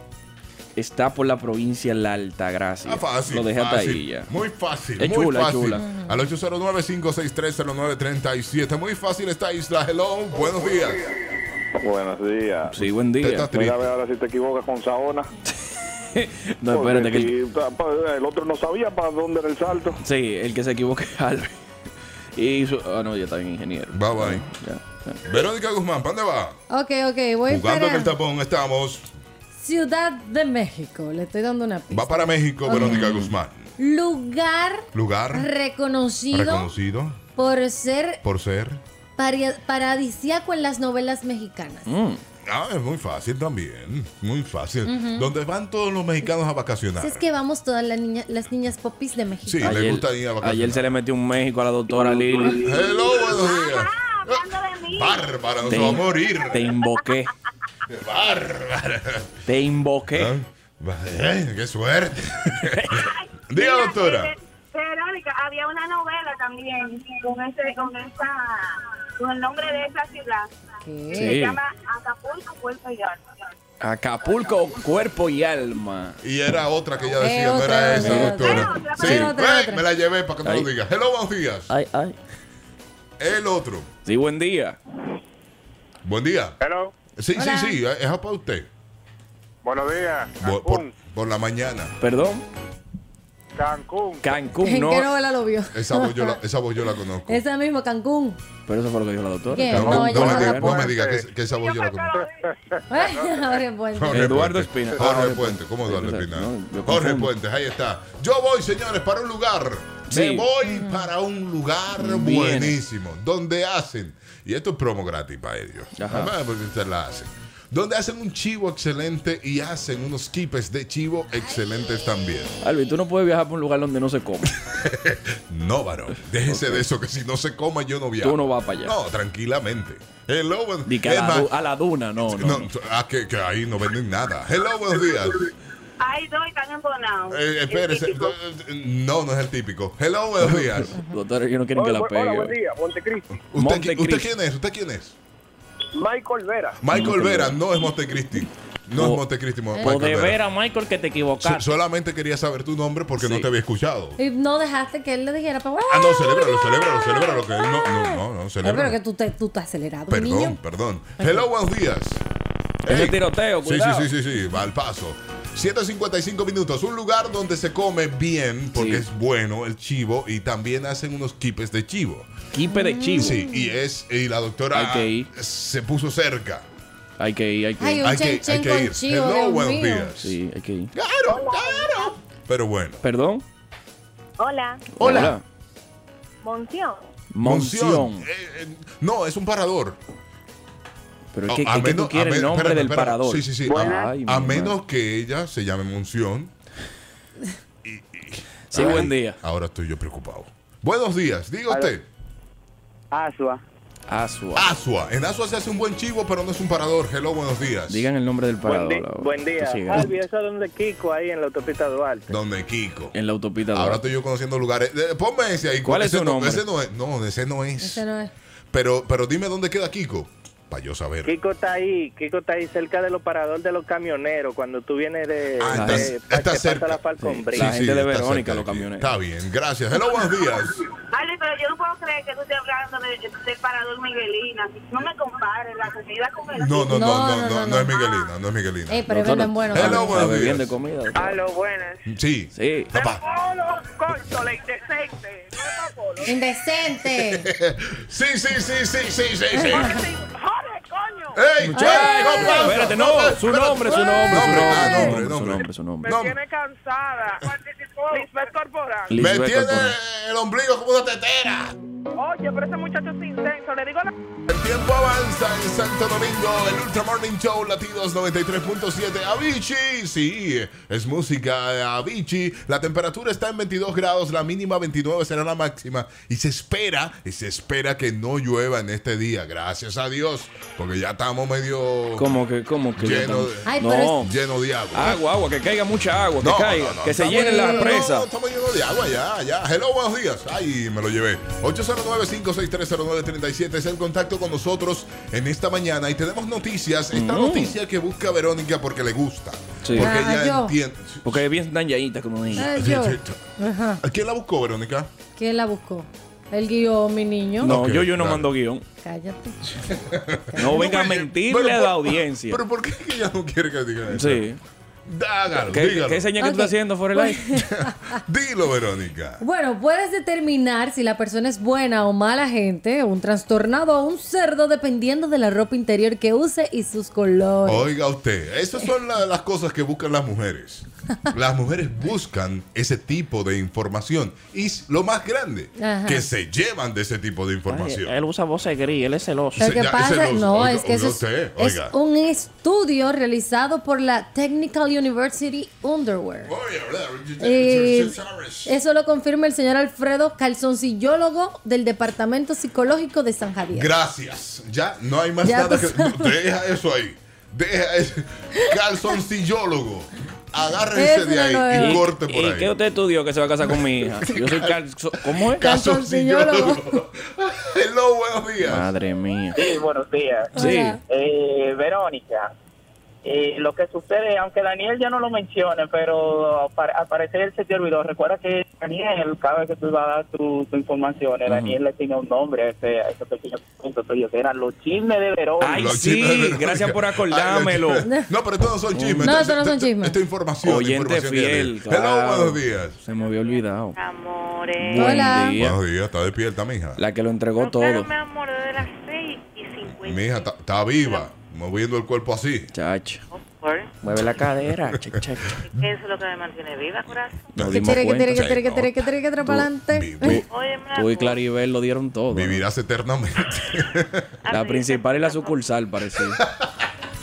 Está por la provincia La Altagracia. Ah, fácil. Lo dejé hasta fácil. ahí ya. Muy fácil. Es muy chula, es fácil. chula. Al ocho cero nueve, cinco seis tres, cero nueve tres siete. Muy fácil esta isla. Hello. Buenos días. Buenos días. Sí, buen Te día. estás Mira, triste. a ver ahora si te equivocas con Saona. No, espérate que el, Porque si- pa- pa- el otro no sabía para dónde era el salto. sí, el que se equivoque es Albert. Y su, ah, no, ya está bien, ingeniero. Bye, bye. Ya, ya. Verónica Guzmán, ¿para dónde va? Ok, ok, voy Jugando en el para tapón estamos. Ciudad de México. Le estoy dando una pista. Va para México, Verónica Guzmán. Lugar Lugar reconocido reconocido por ser por ser. pari- paradisíaco en las novelas mexicanas. Mm. Ah, es muy fácil también. Muy fácil. Donde van todos los mexicanos a vacacionar. Si es que vamos todas las niñas, las niñas popis de México. Sí, le gusta ir a vacacionar. ayer se le metió un México a la doctora Lili. Hello, buenos días. hablando de mí. Bárbara, nos Te, va a morir. te invoqué. Bárbara. Te invoqué. Ah, eh, qué suerte. Diga, doctora. Eh, Verónica, había una novela también con ese, con esa, con el nombre de esa ciudad. ¿Qué? Se Sí. llama Acapulco, Puerto y Alma. Acapulco, cuerpo y alma. Y era otra que ella Eh, decía, no otra, era esa, otra, doctora. otra. Sí, Eh, otra, eh, otra. me la llevé para que no Ay. lo diga. Hello, buenos días. Ay, ay. El otro. Sí, buen día. Buen día. Hello. Sí, Hola. sí, sí, es para usted. Buenos días. Por, por- Cancún. por la mañana. Perdón. Cancún. Cancún, ¿En no. qué novela lo vio? Esa voz yo la, esa voz yo la conozco. Esa misma, Cancún. Pero eso fue lo que dijo la doctora. ¿Qué? No, Cancún. No, no, ella me no diga, la no me puede. diga que, que esa voz yo la conozco. Ahora es bueno. Jorge Eduardo Puente. Espina. Jorge Jorge Puente, ¿cómo Eduardo Sí, Espina? no, yo Jorge confundo. Puentes, ahí está. Yo voy, señores, para un lugar. Sí. Me voy para un lugar Bien. buenísimo, donde hacen, y esto es promo gratis para ellos, Ajá. Ah, porque ustedes la hacen, donde hacen un chivo excelente y hacen unos quipes de chivo excelentes también. Alvin, tú no puedes viajar por un lugar donde no se come. No, varón. Déjese okay. de eso, que si no se coma yo no viajo. Tú no vas para allá. No, tranquilamente. Hello, buen Di que a la, a la duna, no, no. no ah, que, que ahí no venden nada. Hello, buenos días. Hay dos y están embonados. Eh, espérese. No, no es el típico. Hello, buenos días. Doctor, yo no quiero que la pegue. Hola, buen día. Montecristi. ¿Usted, Montecristi. ¿Usted quién es? ¿Usted quién es? Michael Vera. Michael Vera, no es Montecristi. No o, es Montecristi. O de Vera, Michael, que te equivocaste. So, solamente quería saber tu nombre porque sí. no te había escuchado. Y no dejaste que él le dijera para. Ah, no, celébralo, celébralo, celébralo. Que él no, no, no, no, celébralo. Pero que tú, te, tú estás acelerado, Perdón, niño. perdón. Hello, buenos días. Es el tiroteo, cuidado. Sí, sí, sí, sí, sí, va al paso. siete cincuenta y cinco minutos. Un lugar donde se come bien porque sí. es bueno el chivo y también hacen unos quipes de chivo. Quipe de chivo. Sí, y es y la doctora se puso cerca. Hay que ir, hay que ir. Hay un hay chen, que, chen hay que con ir. chivo, Hello, Dios buenos mío. días. Sí, hay que ir. Claro, claro. Pero bueno. ¿Perdón? Hola. Hola. Hola. Monción. Monción. Eh, eh, no, es un parador. Pero es que, a es que tú quieres el nombre espérame, del espérame. parador. Sí, sí, sí. Ay, a a menos que ella se llame Monción. Y, y, sí, ay, buen día. Ahora estoy yo preocupado. Buenos días, diga usted. Asua. Asua. Asua. En Asua se hace un buen chivo, pero no es un parador. Hello, buenos días. Digan el nombre del parador. Buen, di buen día. Albi, eso es donde Kiko, ahí en la autopista Duarte. Donde Kiko. En la autopista Duarte. Ahora estoy yo conociendo lugares. Eh, ponme ese ahí. ¿Cuál es su nombre? Ese no es. No, ese no es. Ese no es. Pero, pero dime dónde queda Kiko. Para yo saber. Kiko está ahí, Kiko está ahí cerca de los paradores de los camioneros. Cuando tú vienes de. Ah, de, está, está cerca. La, sí. Sí, la gente de Verónica, los camioneros. Está bien, gracias. Hello, buenos días. Vale, pero yo no puedo creer que tú estés hablando de, del parador Miguelina. No me compares la comida con el. No, no, no, no, no, no, no es Miguelina, no es Miguelina. Eh, pero es bien bueno. Hello, buenos días. de comida. Aló, buenas. Sí. Sí. Papá. Corto, la indecente. Indecente. Sí, sí, sí, sí, sí, sí, sí. Joder, coño. ¡Ey! Muchachos, espérate, no, su nombre, su nombre, su nombre, nombre, su nombre, su nombre. Me tiene cansada. Lisbeth Corporal. Me tiene el ombligo como una tetera. Oye, pero ese muchacho es intenso. Le digo la... El tiempo avanza en Santo Domingo. El Ultra Morning Show Latidos noventa y tres punto siete. Avicii, sí, es música de Avicii. La temperatura está en veintidós grados, la mínima veintinueve será la máxima. Y se espera, y se espera que no llueva en este día. Gracias a Dios, porque ya estamos medio... ¿Cómo que, cómo que? Lleno de, Ay, no, lleno de agua. Agua, agua, que caiga mucha agua, que No, caiga, no, no, que se estamos- llenen las no, presas. No, estamos llenos de agua ya, ya. Hello, buenos días. Ay, me lo llevé. ocho cero nueve, cinco seis tres, cero nueve tres siete es el contacto con nosotros en esta mañana. Y tenemos noticias. Esta Mm. noticia que busca Verónica porque le gusta. Sí. Porque Ah, ella yo. entiende. Porque es bien dañadita, como dije. Eh, Sí, yo. sí, sí. Ajá. ¿Quién la buscó, Verónica? ¿Quién la buscó? El guión, mi niño. No, Ok, yo, yo no claro. mando guión. Cállate. No venga a pero- mentirle pero a por- la audiencia. Pero ¿por qué que ella no quiere que diga eso? Sí. Hágalo, ¿Qué, dígalo. ¿Qué señal que tú Ok. estás haciendo por el aire? Dilo, Verónica. Bueno, puedes determinar si la persona es buena o mala gente, un trastornado o un cerdo, dependiendo de la ropa interior que use y sus colores. Oiga usted, esas son la- las cosas que buscan las mujeres. Las mujeres buscan ese tipo de información. Y s- lo más grande, Ajá. que se llevan de ese tipo de información. Él usa voces gris, él es celoso. Lo Se- que ya, pasa, ese lo- no, oiga, es que eso oiga es, usted, es oiga. un estudio realizado por la Technical University Underwear. Eh, eso lo confirma el señor Alfredo, calzoncillólogo del Departamento Psicológico de San Javier. Gracias. Ya no hay más Ya nada tú que. sabes. Deja eso ahí. Deja ese calzoncillólogo. Agárrense Ese de ahí no es. y corte por ¿Y ahí. qué usted estudió que se va a casar con mi hija? Yo soy calzo... ¿Cómo es? Calzoncillólogo. Hello, buenos días. Madre mía. Sí, buenos días. Sí. Hola. Eh, Verónica, eh, lo que sucede, aunque Daniel ya no lo mencione, pero apar- al parecer él se te olvidó. Recuerda que Daniel, cada vez que tú ibas a dar tu, tu información, Ujú. Daniel le tenía un nombre a ese, a ese pequeño punto tuyo, que eran los chismes de Verónica. Ay, Los sí, chismes de Verónica. gracias por Ay, acordármelo. los chismes. No, pero estos no son chismes. No, Esto- estos no son esto- chismes. Esto es información. Oyente información que fiel, ella tiene. Hello, claro. buenos días. Se me había olvidado. Amores. Buen Hola. día. Buenos días, está despierta, mija. La que lo entregó No, pero todo. me amor de las seis y cincuenta. Mija, está, está viva, moviendo el cuerpo así. Chacho. Por- Mueve la cadera. Che, che, che. Eso es lo que me mantiene viva, corazón. Nos Que dimos tere, que tere, que cuenta. tere, que tere, que tere, que tere, para adelante. Vi- vi- Oye, me Tú y Claribel lo dieron todo. ¿no? Vivirás eternamente. La principal y la sucursal, parecía.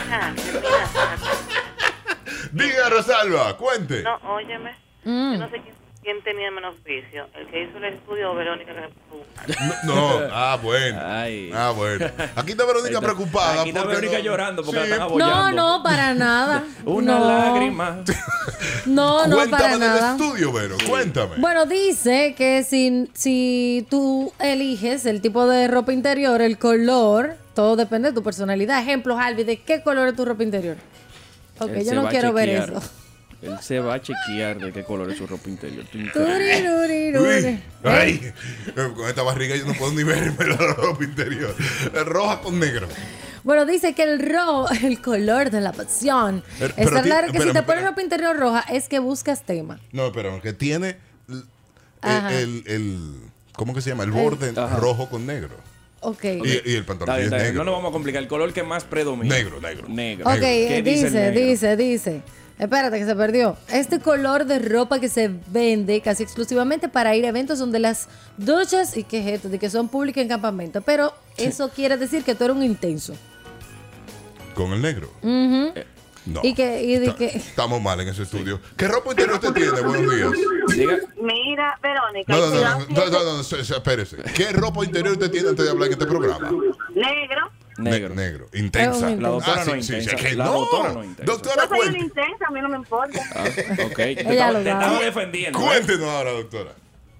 Mira, mira. Diga, Rosalba, cuente. No, óyeme. Mm. Yo no sé quién, quién tenía menos vicio. El que hizo el estudio o Verónica que No, no, ah, bueno. Ay. Ah, bueno. Aquí está Verónica preocupada. Aquí está porque Verónica no- llorando porque Sí. la están No, abollando. no, para nada. Una No. lágrima. No, no, Cuéntame para del nada. estudio, Vero, cuéntame. Bueno, dice que si, si tú eliges el tipo de ropa interior, el color, todo depende de tu personalidad. Ejemplo, Albi, ¿de qué color es tu ropa interior? Ok, Él yo se no va a quiero ver chequear. eso. Él se va a chequear de qué color es su ropa interior. Tú Turi, increíble. turi, turi. Uy, ay, con esta barriga yo no puedo ni verme la ropa interior. Roja con negro. Bueno, dice que el rojo, el color de la pasión. Pero- Es pero ti- claro que si espérame, te pones espérame. ropa interior roja es que buscas tema. No, pero que tiene el, Ajá. el, el- ¿cómo que se llama? El borde Ajá. rojo con negro. Ok. Y, y el Está pantalón bien, es está bien. negro. No nos vamos a complicar. El color que más predomina. Negro, negro. Negro. Ok, ¿Qué eh, dice el dice, negro? dice, dice. Espérate que se perdió. Este color de ropa que se vende casi exclusivamente para ir a eventos donde las duchas y que es esto, de que son públicas en campamento. Pero eso quiere decir que tú eres un intenso. Con el negro. Ujú. No. Y que, y de Está- que Estamos mal en ese estudio. ¿Qué ropa interior usted tiene? Buenos días. Diga. Mira, Verónica, No, no, no, cuidado no, si no, ese- no, no, no, se- se- espérese. ¿Qué ropa interior usted tiene antes de hablar en este programa? negro. Negro. Ne- negro. Intensa. Es un La doctora Ah, no sí, es sí, intensa. sí, que La no. doctora no es intensa. Doctora, Yo soy una cuente. intensa, a mí no me importa. Ah, ok. Te Ella estaba, lo te sabe. estaba defendiendo. ¿eh? Cuéntenos ahora, doctora.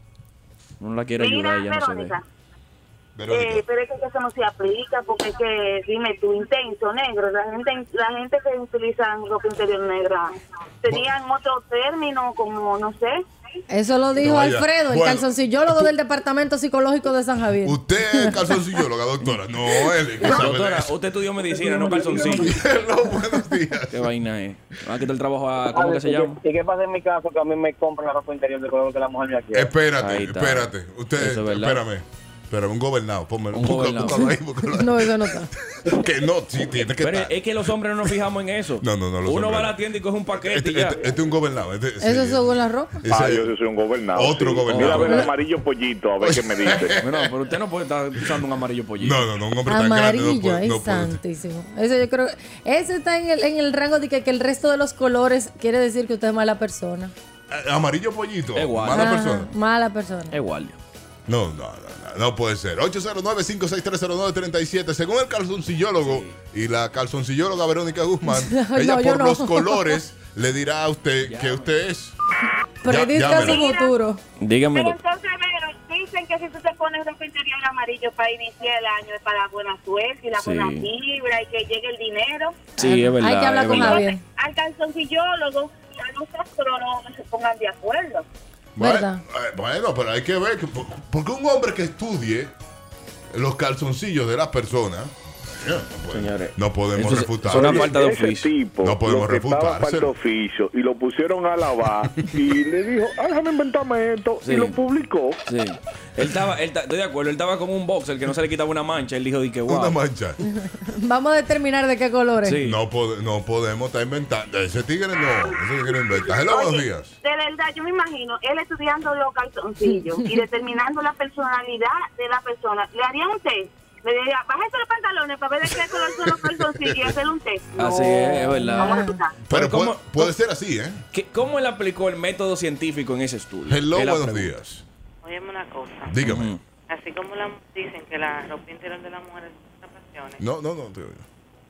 No la quiere Mira, ayudar, ella no se ve. Verónica. Verónica. Eh, pero es que eso no se aplica porque es que, dime tú, intenso, negro, la gente la gente que utiliza ropa interior negra tenían otro término como, no sé. eso lo dijo No, vaya. Alfredo, el Bueno, calzoncillólogo del Departamento Psicológico de San Javier. Usted es calzoncillóloga, doctora. No, él que sabe de Doctora, eso. usted estudió medicina, no calzoncillo. Hello, buenos días. ¿Qué vaina es? Va a quitar el trabajo a... ¿Cómo que se llama? ¿Y qué pasa en mi caso? Que a mí me compran la ropa interior de color que la mujer me quiere. Espérate, Ahí está. espérate. Usted, Eso es verdad. espérame. Espérame, un gobernado. Pónmelo. Un Busca- gobernado. búscalo ahí, búscalo ahí. No, eso no está. Que no, sí, tiene que Pero estar. es que los hombres no nos fijamos en eso. No, no, no, los Uno hombres va a no. la tienda y coge un paquete Este, y ya. este- este es un gobernado. Este, sí, Eso es según la ropa. ese- Ah, yo sí soy un gobernado. Otro sí. gobernado. Mira, a ver el amarillo pollito, a ver qué me dice. Bueno, pero usted no puede estar usando un amarillo pollito. No, no, no, un hombre tan grande no Amarillo, puede. ay No puede. santísimo. Eso yo creo. Ese está en el, en el rango de que, que el resto de los colores quiere decir que usted es mala persona. Eh, Amarillo pollito. Igual. Mala Ajá, persona. Mala persona. Es igual. No, no, no, no, no puede ser. ocho cero nueve, cinco seis tres, cero nueve tres siete. Según el calzoncillólogo y la calzoncillóloga Verónica Guzmán, No, ella yo por no. los colores le dirá a usted que usted es. Predisca su llámelo. futuro. Dígame, Pero doc- entonces, Vero, dicen que si tú te pones ropa interior amarillo para iniciar el año es para la buena suerte y la Sí. buena vibra y que llegue el dinero. Sí, es verdad. Hay que hablar es con verdad. Javier. Al calzoncillólogo, a los astrólogos que se pongan de acuerdo. ¿Verdad? Bueno, eh, bueno, pero hay que ver que por- porque un hombre que estudie los calzoncillos de las personas, eh, no, puede- Señores, no podemos eso es- refutar. es una falta de Ese oficio. tipo, No podemos lo que estaba refutárselo. falta de oficio y lo pusieron a lavar y le dijo, ah, déjame inventarme esto Sí. y lo publicó. Sí. Él estaba, él, ta- estoy de acuerdo, él estaba como un boxer que no se le quitaba una mancha. Él dijo, di que wow. Una mancha. Vamos a determinar de qué colores. Sí. No, pode- no podemos estar inventando. Ese tigre no. Ese tigre inventa. Hello, buenos días. De verdad, yo me imagino, él estudiando los calzoncillos y determinando la personalidad de la persona. ¿Le haría un test? Le diría, bájese los pantalones para ver de qué color son los calzoncillos y hacer un test. Así es, es verdad. Vamos a escuchar. Pero ¿cómo- puede, puede ser así, ¿eh? ¿Qué- ¿Cómo él aplicó el método científico en ese estudio? Hello, Es la buenos pregunta. días. Óyeme una cosa. Dígame. Ujú. Así como la, dicen que la ropa interior de las mujeres mata pasiones, No, no, no. te oigo.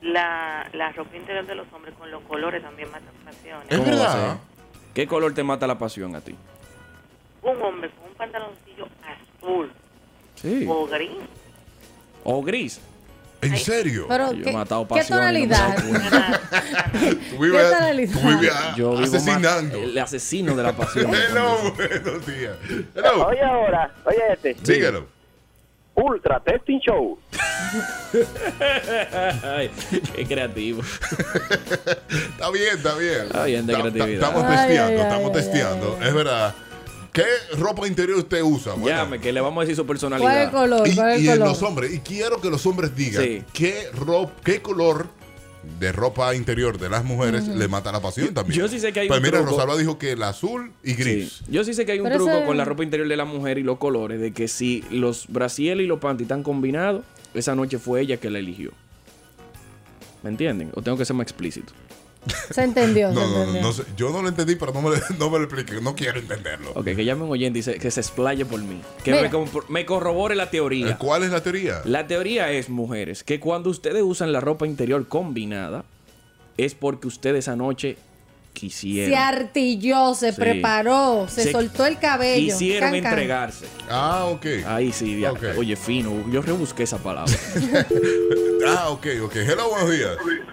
la, la ropa interior de los hombres con los colores también mata pasiones. Es ¿Cómo va a verdad. ser? ¿Qué color te mata la pasión a ti? Un hombre con un pantaloncillo azul Sí. o gris. O gris. ¿En serio? Pero, Yo he ¿qué, matado ¿qué pasiones y no me he dado tonalidad? cuenta. Tú vives, ¿Qué tonalidad? tú vives a- Yo vivo asesinando. más- el asesino de la pasión. Hello, buenos días. Hello. Oye ahora, oye este. Dígalo. Ultra Testing Show. Ay, qué creativo. Está bien, está bien. Está bien de Ta- ta- creatividad. Estamos Ay, testeando, ay, estamos ay, testeando. Es verdad. ¿Qué ropa interior usted usa? Bueno, Llame, que le vamos a decir su ¿Cuál es el personalidad. color? y, ¿Cuál es el y en color? los hombres, y quiero que los hombres digan Sí. qué, ro- qué color de ropa interior de las mujeres le mata la pasión también. yo sí sé que hay Pues un mira, truco. Rosalba dijo que el azul y gris. Sí. Yo sí sé que hay un Pero truco ese- con la ropa interior de la mujer y los colores, de que si los brasieles y los panty están combinados, esa noche fue ella que la eligió. ¿Me entienden? ¿O tengo que ser más explícito? Se entendió. No, se no, no, entendió. no sé. Yo no lo entendí, pero no me, no me lo explique. No quiero entenderlo. Ok, que llame un oyente y se, que se explaye por mí. Que Mira. me, compro- me corrobore la teoría. Eh, ¿Cuál es la teoría? La teoría es, mujeres, que cuando ustedes usan la ropa interior combinada, es porque ustedes anoche quisieron. Se artilló, se Sí. preparó, se, Se soltó el cabello. Quisieron Can, can. entregarse. Ah, ok. Ahí sí, ya. Ok. Oye, fino. Yo rebusqué esa palabra. Ah, ok, ok. Hello, buenos días.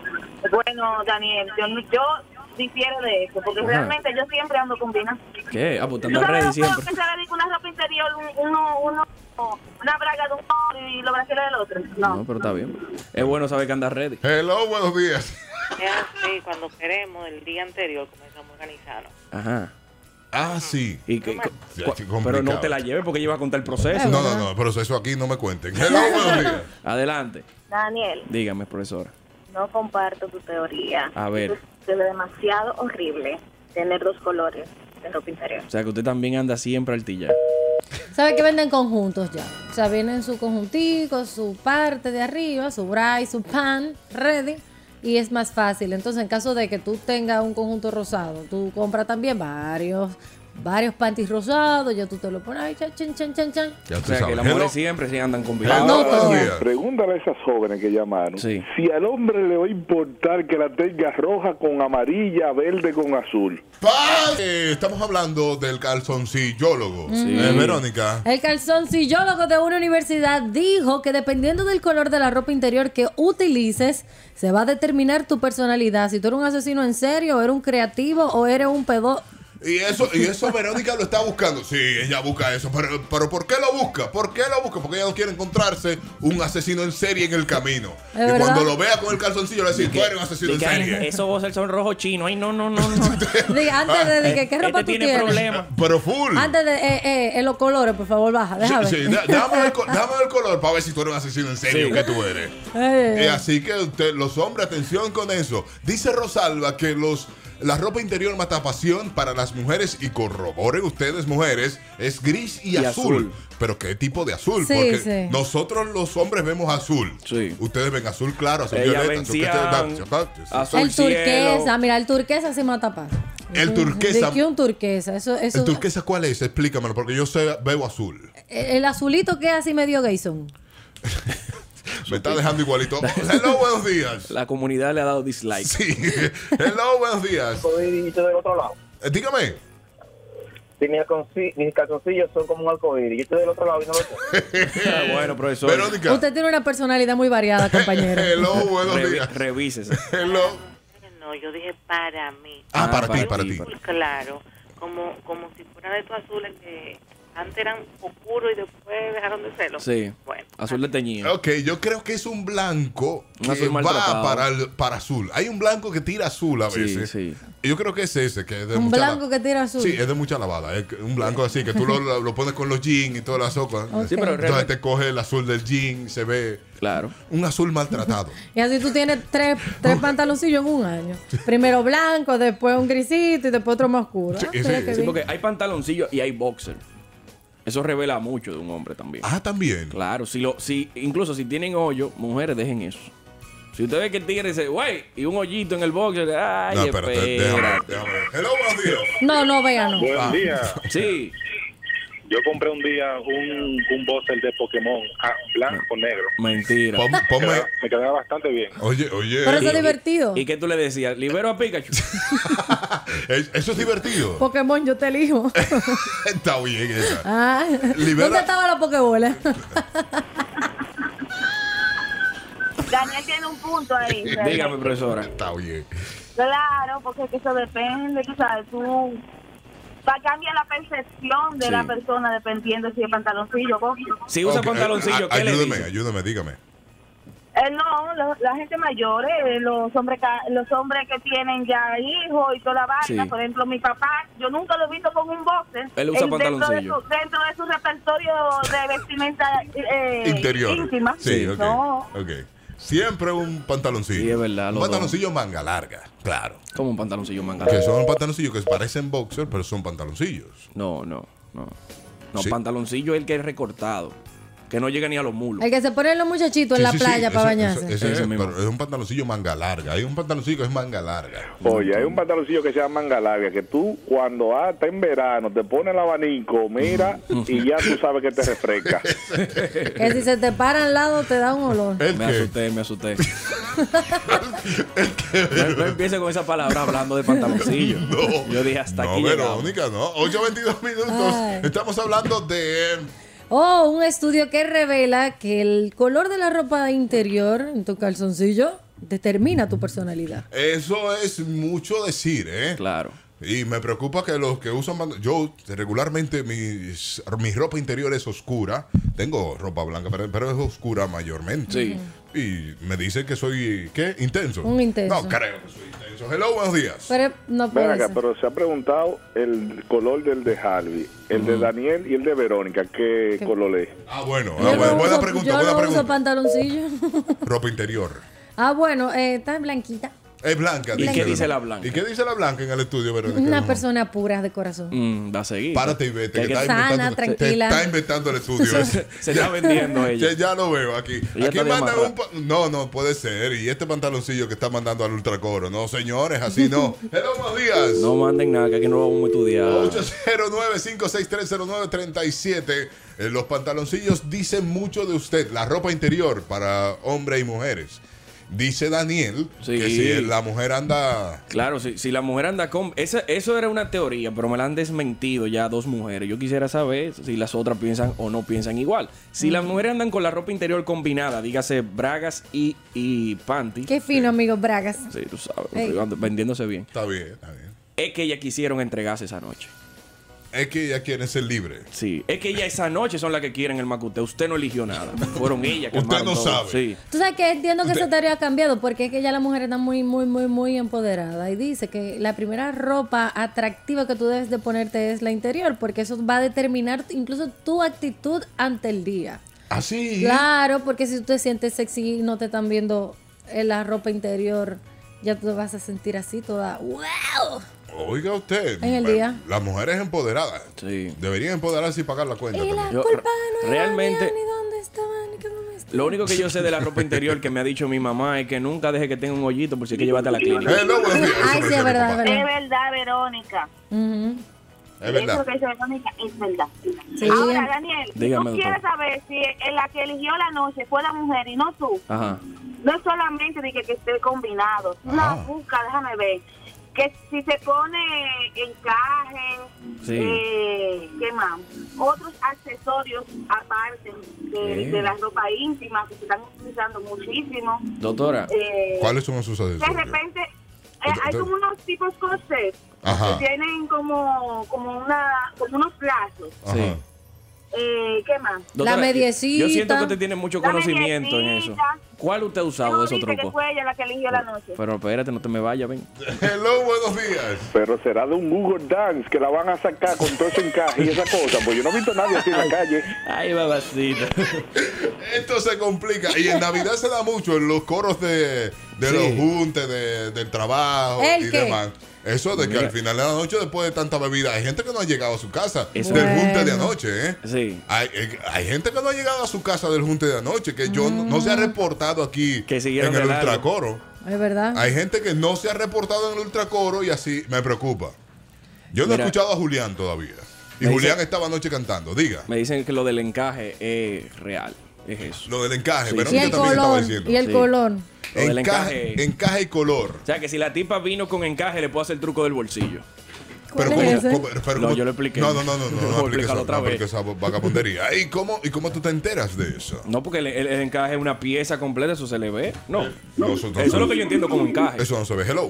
Bueno, Daniel, yo, yo difiero de eso, porque Ajá. realmente yo siempre ando combinando. ¿Qué? Ah, pues te ¿Tú andas sabes ready lo feo siempre. que se dedica una ropa interior, un- uno, uno, una braga de un y los brasiles del otro? No. No, pero está bien. Es bueno saber que andas ready. Hello, buenos días. Es así, cuando queremos, el día anterior comenzamos a organizarnos. Ajá. Ah, sí. Y que, Ya, cu- qué pero complicado. no te la lleves porque lleva a contar el proceso. No, no, no, pero eso aquí no me cuenten. Hello, buenos días. Adelante. Daniel, Dígame, profesora. no comparto tu teoría. A ver. Se ve demasiado horrible tener dos colores de ropa interior. O sea, que usted también anda siempre al tillar. ¿Sabe que venden conjuntos ya? O sea, vienen su conjuntico, su parte de arriba, su bra y su pan ready. Y es más fácil. Entonces, en caso de que tú tengas un conjunto rosado, tú compras también varios, varios panties rosados, ya tú te lo pones ahí, chan, chan, chan, chan, chan. Ya O tú sea, que sabes. las Hello. mujeres siempre sí andan Hello, combinadas. No, buenos todo. días. Pregúntale a esas jóvenes que llamaron Sí. si al hombre le va a importar que la tenga roja con amarilla, verde con azul. Pa- eh, estamos hablando del calzoncillólogo. Sí. Eh, Verónica. El calzoncillólogo de una universidad dijo que dependiendo del color de la ropa interior que utilices, se va a determinar tu personalidad. Si tú eres un asesino en serio, o eres un creativo, o eres un pedo... Y eso, y eso Verónica lo está buscando. Sí, ella busca eso. Pero, pero ¿por qué lo busca? ¿Por qué lo busca? Porque ella no quiere encontrarse un asesino en serie en el camino. ¿Es y verdad? cuando lo vea con el calzoncillo, le va a decir, tú eres un asesino en De que, ay, serie. eso vos el sonrojo chino. Ay, no, no, no, no. Diga, antes de decir, ¿qué ropa Este tú tiene tienes? problemas. Pero full. Antes de, eh, eh, en los colores, por favor, baja, Sí, déjame. sí, dá- dame, el, co- dame el color para ver si tú eres un asesino en serio Sí. que tú eres. Eh, Eh, así que usted, los hombres, atención con eso. Dice Rosalba que los la ropa interior mata pasión para las mujeres y corroboren ustedes, mujeres, es gris y, Y azul. azul. Pero ¿qué tipo de azul? Sí, Porque sí. nosotros los hombres vemos azul. Sí. Ustedes ven azul claro, azul Ella violeta, azul vencían que- azul el cielo. turquesa, mira, el turquesa sí mata paz. El turquesa- ¿De qué un turquesa? Eso, eso, ¿El turquesa cuál es? Explícamelo, porque yo sé, veo azul. el azulito que es así medio gayson. Me está dejando igualito. Hello, buenos días. La comunidad le ha dado dislike. Sí. Hello, buenos días. Y yo del otro lado. Eh, dígame. Si mis, calzonci- mis calzoncillos son como un arcoíris. Yo estoy del otro lado y no lo sé. Ah, bueno, profesor. Verónica. Usted tiene una personalidad muy variada, compañero. Hello, buenos Revi- días. revísese. Hello. No, yo dije para mí. Ah, Ah, para para ti, para ti, ti. Azul claro, como, como si fuera de estos azules que antes eran oscuros y después dejaron de serlo. Sí. Bueno, Azul de teñido. Ok, yo creo que es un blanco Un que azul va maltratado. para, el- para azul. Hay un blanco que tira azul a Sí, veces. sí. Y yo creo que es ese, que es de Un mucha blanco la- que tira azul. Sí, es de mucha lavada. Es que- un blanco así, que tú lo, lo- lo pones con los jeans y toda la sopa. Ok. Sí, pero Entonces realmente- te coge el azul del jean, se ve Claro. un azul maltratado. Y así tú tienes tres, tres pantaloncillos en un año. Primero blanco, después un grisito y después otro más oscuro. Sí, Ah, sí, mira sí, qué Sí, bien. porque hay pantaloncillos y hay boxer. Eso revela mucho de un hombre también. Ah, también. Claro, si lo, si, incluso si tienen hoyo, mujeres dejen eso. Si usted ve que el tigre dice, güey, y un hoyito en el boxer, ay, No, espérate, déjame, espérate. déjame ver. Hello, buenos días. No, no, vea, no. Buen Ah. día. Sí. Yo compré un día un, un boxer de Pokémon ah, blanco negro. Mentira. Pon- Me ponme. quedaba, me quedaba bastante bien. Oye, oye. Pero eso es Y- divertido. ¿Y qué tú le decías? ¿Libero a Pikachu? Es- Eso es divertido. Pokémon, yo te elijo. Está bien esa. Ah, Libera- ¿dónde estaba la Pokébola? Daniel tiene un punto ahí. Dígame, profesora. Está bien. Claro, porque es que eso depende, tú sabes, tú va a cambiar la percepción de Sí. la persona dependiendo si es pantaloncillo o Si usa Ok, pantaloncillo, eh, ¿qué le ayúdeme, dice? ayúdeme, dígame. Eh, no, lo- la gente mayor, eh, los hombres ca- los hombres que tienen ya hijos y toda la vaina, Sí. por ejemplo, mi papá, yo nunca lo he visto con un boxer. Él usa dentro de, pantaloncillo. su, dentro de su repertorio de vestimenta eh, Interior. íntima. Sí, ok. No, Ok. Siempre un pantaloncillo. Sí, es verdad, Un los pantaloncillo manga larga, claro. Como un pantaloncillo manga. Que son pantaloncillos que parecen boxer, pero son pantaloncillos. No, no, no. No, Sí. pantaloncillo es el que es recortado. que no llegue ni a los mulos. El que se ponen los muchachitos en la Sí, sí, playa sí, para ese- bañarse. ese- ese- Ese mismo. pero es un pantaloncillo manga larga. Hay un pantaloncillo que es manga larga. Oye, hay un pantaloncillo que se llama manga larga, que tú cuando ah, está en verano te pones el abanico, mira, y ya tú sabes que te refresca. Que si se te para al lado te da un olor. ¿El Me qué? asusté, me asusté. no, no empiece con esa palabra hablando de pantaloncillo. No. Yo dije hasta no, aquí llegamos. Verónica, no. ocho veintidós minutos. Ay. Estamos hablando de... Oh, un estudio que revela que el color de la ropa interior en tu calzoncillo determina tu personalidad. Eso es mucho decir, ¿eh? Claro. Y me preocupa que los que usan... pant- Yo regularmente mis, mi ropa interior es oscura. Tengo ropa blanca, pero, pero es oscura mayormente. Sí. Y me dicen que soy... ¿Qué? ¿Intenso? Un intenso. No, creo que soy intenso. Hello, buenos días. Pero no Ven puede acá, ser. pero se ha preguntado el color del de Harvey, el de Daniel y el de Verónica, ¿qué, ¿Qué? color es? Ah, bueno. Yo ah, no bueno, buena uso- pregunta, yo buena no uso pregunta. pantaloncillo. Ropa interior. Ah, bueno, eh, está blanquita. Es blanca. ¿Y qué dice la Verónica. blanca? ¿Y qué dice la blanca en el estudio, Verónica? Una No. persona pura de corazón. Mm, va a seguir. Párate y vete. Que Que hay está que- Sana, inventando, te- tranquila. Te está inventando el estudio. ese. Se está vendiendo ella. Que ya lo veo aquí. Ella Aquí está de mandan amarrar. un... pa- No, no, puede ser. Y este pantaloncillo que está mandando al ultracoro. No, señores, así no. Hello, buenos días. No manden nada, que aquí no lo vamos a estudiar. ocho cero nueve, cinco seis tres, cero nueve tres siete. Eh, los pantaloncillos dicen mucho de usted. La ropa interior para hombres y mujeres. Dice Daniel Sí. que si la mujer anda... Claro, si, si la mujer anda con... Esa, eso era una teoría, pero me la han desmentido ya dos mujeres. Yo quisiera saber si las otras piensan o no piensan igual. Si las mujeres andan con la ropa interior combinada, dígase bragas y, y panty. Qué fino, amigo Bragas. Sí, tú sabes, Ey. ando vendiéndose bien. Está bien, está bien. Es que ellas quisieron entregarse esa noche. Es que ella quiere ser libre. Sí, es que ellas esa noche son las que quieren el macute. Usted no eligió nada. Fueron ellas que Usted armaron no todo. sabe. Sí. Tú sabes que entiendo que Usted- esa teoría ha cambiado porque es que ya la mujer está muy, muy, muy, muy empoderada y dice que la primera ropa atractiva que tú debes de ponerte es la interior porque eso va a determinar incluso tu actitud ante el día. Así. Claro, porque si tú te sientes sexy y no te están viendo en la ropa interior, ya tú te vas a sentir así toda ¡wow! Oiga usted. En el eh, día. Las mujeres empoderadas. Sí. Deberían empoderarse y pagar la cuenta Y la también. Yo- culpa no era realmente- mía, ni dónde estaban, ni cómo estaban. Lo único que yo sé de la ropa interior que me ha dicho mi mamá es que nunca deje que tenga un hoyito por si hay que llevarte a la clínica. Hello, buenos días. Eso Ay, no sí, es es verdad, cierto, es Es verdad. verdad, Verónica. Ujú. papá. Es verdad. Eso que dice Verónica es verdad. Sí. Ahora, Daniel, si Dígame, tú doctor. quieres saber si en la que eligió la noche fue la mujer y no tú, Ajá. no es solamente de que, que esté combinado. Tú la Ajá. buscas, déjame ver. Que si se pone encaje, Sí. eh, ¿qué más? Otros accesorios aparte de, Eh. de la ropa íntima que se están utilizando muchísimo. Doctora, Eh, ¿Cuáles son esos de accesorios? repente eh, Entonces- hay como unos tipos corsets Ajá. que tienen como como una como unos plazos. sí. Ajá. Eh, ¿Qué más? Doctora, mediecita. Yo siento que usted tiene mucho La conocimiento en eso. mediecita. ¿Cuál usted ha usado de Tú esos dices que trucos? fue ella la que eligió la noche. Pero espérate, no te me vayas, ven. Hello, buenos días. Pero será de un Google Dance que la van a sacar con todo ese encaje y esa cosa, pues yo no he visto a nadie así en la calle. Ay, babacita. Esto se complica. Y en Navidad se da mucho en los coros de, de Sí. los juntes, de- del trabajo ¿El y qué? demás. Eso de que Mira. al final de la noche, después de tanta bebida, hay gente que no ha llegado a su casa Eso- del junte de Bueno. anoche, ¿eh? Sí. Hay, eh, hay gente que no ha llegado a su casa del junte de anoche, que yo no, no se ha reportado aquí Que siguieron en el de largo. ultracoro. Es verdad. Hay gente que no se ha reportado en el ultracoro y así me preocupa. Yo no Mira. he escuchado a Julián todavía. Y Me Julián dice- estaba anoche cantando. Diga, Me dicen que lo del encaje es real. Es eso. lo del encaje. Sí. Y Verónica el también estaba color. diciendo. Y el Sí. color. Lo del Encaje, encaje. encaje y color. O sea, que si la tipa vino con encaje, le puedo hacer el truco del bolsillo. ¿Cuál Pero es ¿cómo- ese? cómo- pero No, cómo- yo lo expliqué. No, no, no, no, no, Voy a no, aplique explicarlo esa, otra no vez. aplique esa vagabundería. ¿Y cómo, ¿Y cómo tú te enteras de eso? No, porque el, el- el encaje es una pieza completa, eso se le ve. No. Nosotros- Eso es lo que yo entiendo como encaje. Eso no se ve. Hello.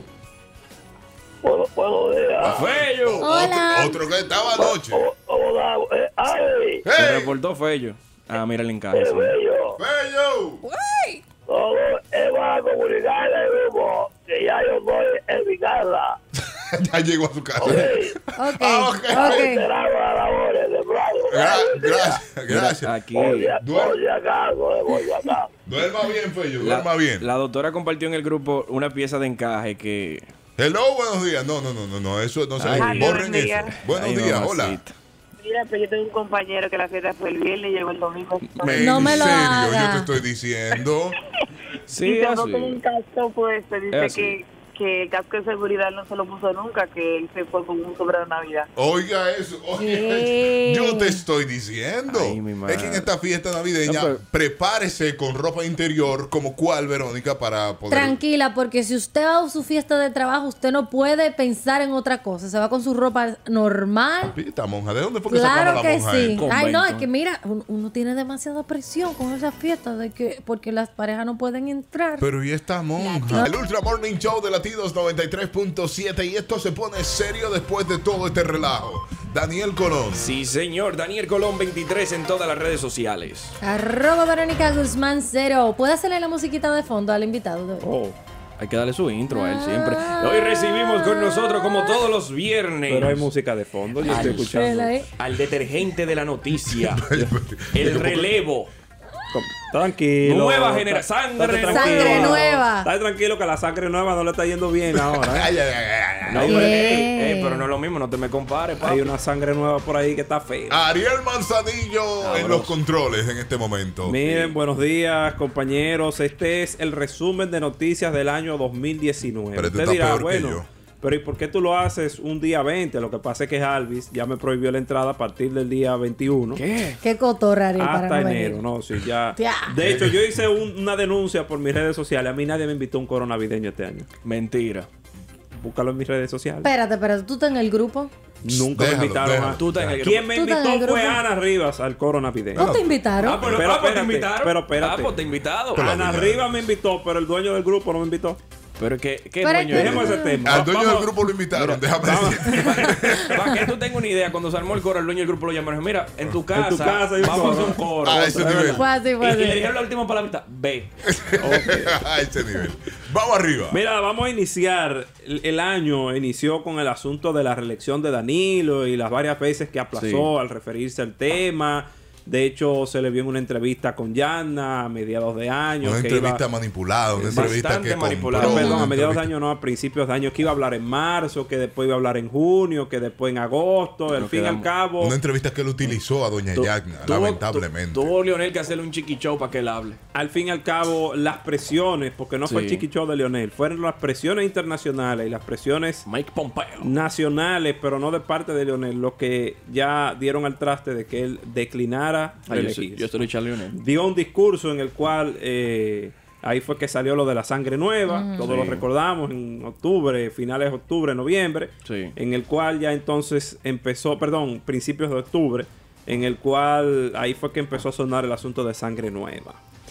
Buenos buenos días. Fello. Hola. Otro, otro que estaba anoche. Hola, eh, ay, Se ¡Hey! reportó Fello. Ah, mira el encaje. qué sí. bello. ¡Bello! Todo es para comunicarle al grupo que ya yo estoy en mi casa. Ya llegó a su casa. Ok, Ok, Ah, ok. ok. esperamos las labores de Bravo. Gra- gracias, Mira, gracias. aquí. Por si Duerme. por si acaso, eh, por si acaso. Duerma bien, Fello, La, duerma bien. la doctora compartió en el grupo una pieza de encaje que. Hello, buenos días. No, no, no, no, no, eso no se Ay, borren buen eso. día. Buenos Ay, días, hola. mamacita. Mira, pero yo tengo un compañero que la fiesta fue el viernes y llegó el domingo. ¿En No me lo serio? haga. Yo te estoy diciendo. Sí, y se así. con un casco puesto. Dice Es así. que, que el casco de seguridad no se lo puso nunca, que él se fue con un sombrero de Navidad. Oiga eso, oiga ¿Qué? eso. Yo te estoy diciendo. Ay, mi madre. Es que en esta fiesta navideña, No, pero- prepárese con ropa interior, como cuál, Verónica, para poder. Tranquila, porque si usted va a su fiesta de trabajo, usted no puede pensar en otra cosa. Se va con su ropa normal. Pita, monja, ¿de dónde fue que Claro sacaron la que monja sí. esta? Ay, no, es Convento. que mira, un- uno tiene demasiada presión con esa fiesta de que porque las parejas no pueden entrar. Pero y esta monja. El Ultra Morning Show de Latidos noventa y tres punto siete. Y esto se pone serio después de todo este relajo. Daniel Colón. Sí, señor. Daniel Colón veintitrés en todas las redes sociales. Arroba Verónica Guzmán cero. ¿Puede hacerle la musiquita de fondo al invitado de hoy? Oh, hay que darle su intro a él siempre. Hoy recibimos con nosotros, como todos los viernes, Pero hay música de fondo, yo estoy escuchando. Vela ahí. al detergente de la noticia, el relevo. Tranquilo. Nueva genera- Está- sangre estate nueva. tranquilo. Sangre nueva. Estate tranquilo que la sangre nueva no le está yendo bien ahora. ¿eh? Ay, ay, ay, ay, No, ay. pero, Yeah. ey, ey, pero no es lo mismo, no te me compares, papi. Hay una sangre nueva por ahí que está fea. Ariel Manzanillo en Sabroso. los controles en este momento. Miren, buenos días, compañeros. Este es el resumen de noticias del año dos mil diecinueve. Pero tú Usted estás dirá, peor que bueno, yo. pero ¿y por qué tú lo haces un día veinte? Lo que pasa es que Alvis ya me prohibió la entrada a partir del día veintiuno. ¿Qué? Qué cotorra, Ariel, para Hasta no enero, venir. no, sí, ya. Ya. De hecho, yo hice un- una denuncia por mis redes sociales. A mí nadie me invitó a un coro navideño este año. Mentira. Búscalo en mis redes sociales. Espérate, espérate, ¿tú estás en el grupo? Nunca Déjalo, me invitaron déjalo. a... Tú estás en el grupo. Quien me ¿Tú estás en invitó el fue grupo? Ana Rivas al coro navideño. ¿No te invitaron? Ah, pero, Pero ah, pues te espérate, invitaron. pero espérate. Ah, pues te invitado. Pero- Ana Rivas me invitó, pero el dueño del grupo no me invitó. Pero que, ¿qué Pero dueño es que- eres? Dejemos ese tema. Al Va- dueño vamos- del grupo lo invitaron, déjame vamos. decir. Para que tú tengas una idea, cuando se armó el coro, el dueño del grupo lo llamaron. Mira, en tu casa, tu casa hay un vamos a hacer un coro. coro. A ese nivel. Fue así, fue Y, así. y le dijeron la última palabra, ve. A ese nivel. Vamos arriba. Mira, vamos a iniciar. El, el año inició con el asunto de la reelección de Danilo y las varias veces que aplazó Sí. al referirse al tema. De hecho, se le vio en una entrevista con Yanna a mediados de año. Una que entrevista iba- manipulada, una Bastante entrevista que manipulada. compró, Perdón, una a mediados de entrevista- año, no, a principios de año, que iba a hablar en marzo, que después iba a hablar en junio, que después en agosto, al Nos fin y al quedamos- cabo. Una entrevista que él utilizó a Doña Tu- Yagna, tuvo- lamentablemente. tu- Tuvo Lionel que hacerle un chiqui show para que él hable. Al fin y al cabo, las presiones, porque no fue el Sí. chiqui show de Lionel, fueron las presiones internacionales y las presiones Mike Pompeo. nacionales, pero no de parte de Lionel, lo que ya dieron al traste de que él declinara Ah, yo, reelegirse. soy- yo estoy Charlie Lionel. Dio un discurso en el cual eh, ahí fue que salió lo de la sangre nueva, todos Sí. lo recordamos en octubre, finales de octubre, noviembre, Sí. en el cual ya entonces empezó, perdón, principios de octubre, en el cual ahí fue que empezó a sonar el asunto de sangre nueva.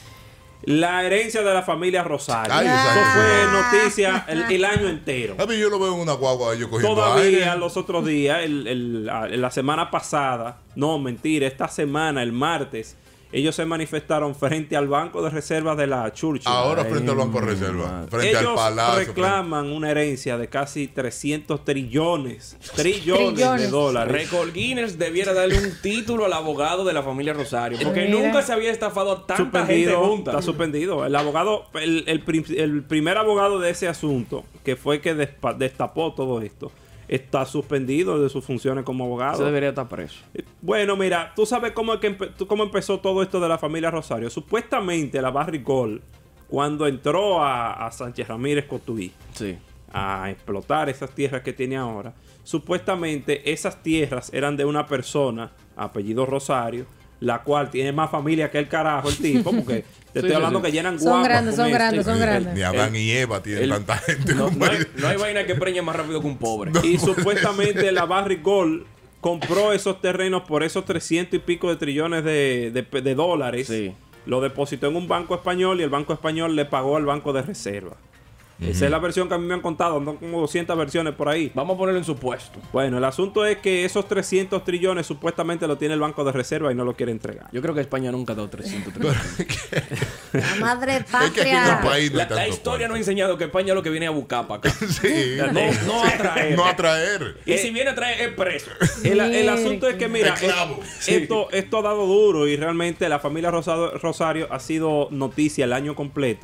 La herencia de la familia Rosario. Ay, Eso exacto. fue noticia el, el año entero. A mí yo lo veo en una guagua ellos cogiendo Todavía aire. los otros días, el- el- la, la semana pasada, no, mentira, esta semana, el martes, ellos se manifestaron frente al Banco de Reservas de la Churchill. Ahora frente al Banco de Reserva, frente al Ellos Palacio. reclaman una herencia de casi trescientos trillones, trillones, Trillones. de dólares. Record Guinness debiera darle un título al abogado de la familia Rosario. Porque Mira. nunca se había estafado a tanta gente Suspendido, junta. está suspendido. El abogado, el, el prim- el primer abogado de ese asunto, que fue que despa- destapó todo esto, está suspendido de sus funciones como abogado. Se debería estar preso. Bueno, mira, tú sabes cómo, es que empe- tú- cómo empezó todo esto de la familia Rosario. Supuestamente la Barrick Gold, cuando entró a, a Sánchez Ramírez Cotuí Sí. a explotar esas tierras que tiene ahora, supuestamente esas tierras eran de una persona, apellido Rosario, la cual tiene más familia que el carajo, el tipo, porque te Sí, estoy sí, hablando sí. que llenan Son guapas grandes, con son esto. grandes, son Ni- grandes. Ni Adán y Eva tienen el- tanta gente. No, como no hay, ellos. no hay vaina que preñe más rápido que un pobre. Y supuestamente la Barrick Gold compró esos terrenos por esos trescientos y pico de trillones de, de- de dólares. Sí. Lo depositó en un banco español y el banco español le pagó al Banco de Reserva. Esa es la versión que a mí me han contado. Andan como doscientas versiones por ahí. Vamos a ponerlo en su puesto. Bueno, el asunto es que esos trescientos trillones supuestamente lo tiene el Banco de Reserva y no lo quiere entregar. Yo creo que España nunca ha dado trescientos trillones. La madre Es que aquí en el patria. país no La, hay la tanto historia nos ha cuento. enseñado que España es lo que viene a buscar para acá. Sí. No, no a traer. No atraer. Y si viene a traer, es preso. El, el asunto es que, mira, Esclavo. es- esto, esto ha dado duro y realmente la familia Rosado- Rosario ha sido noticia el año completo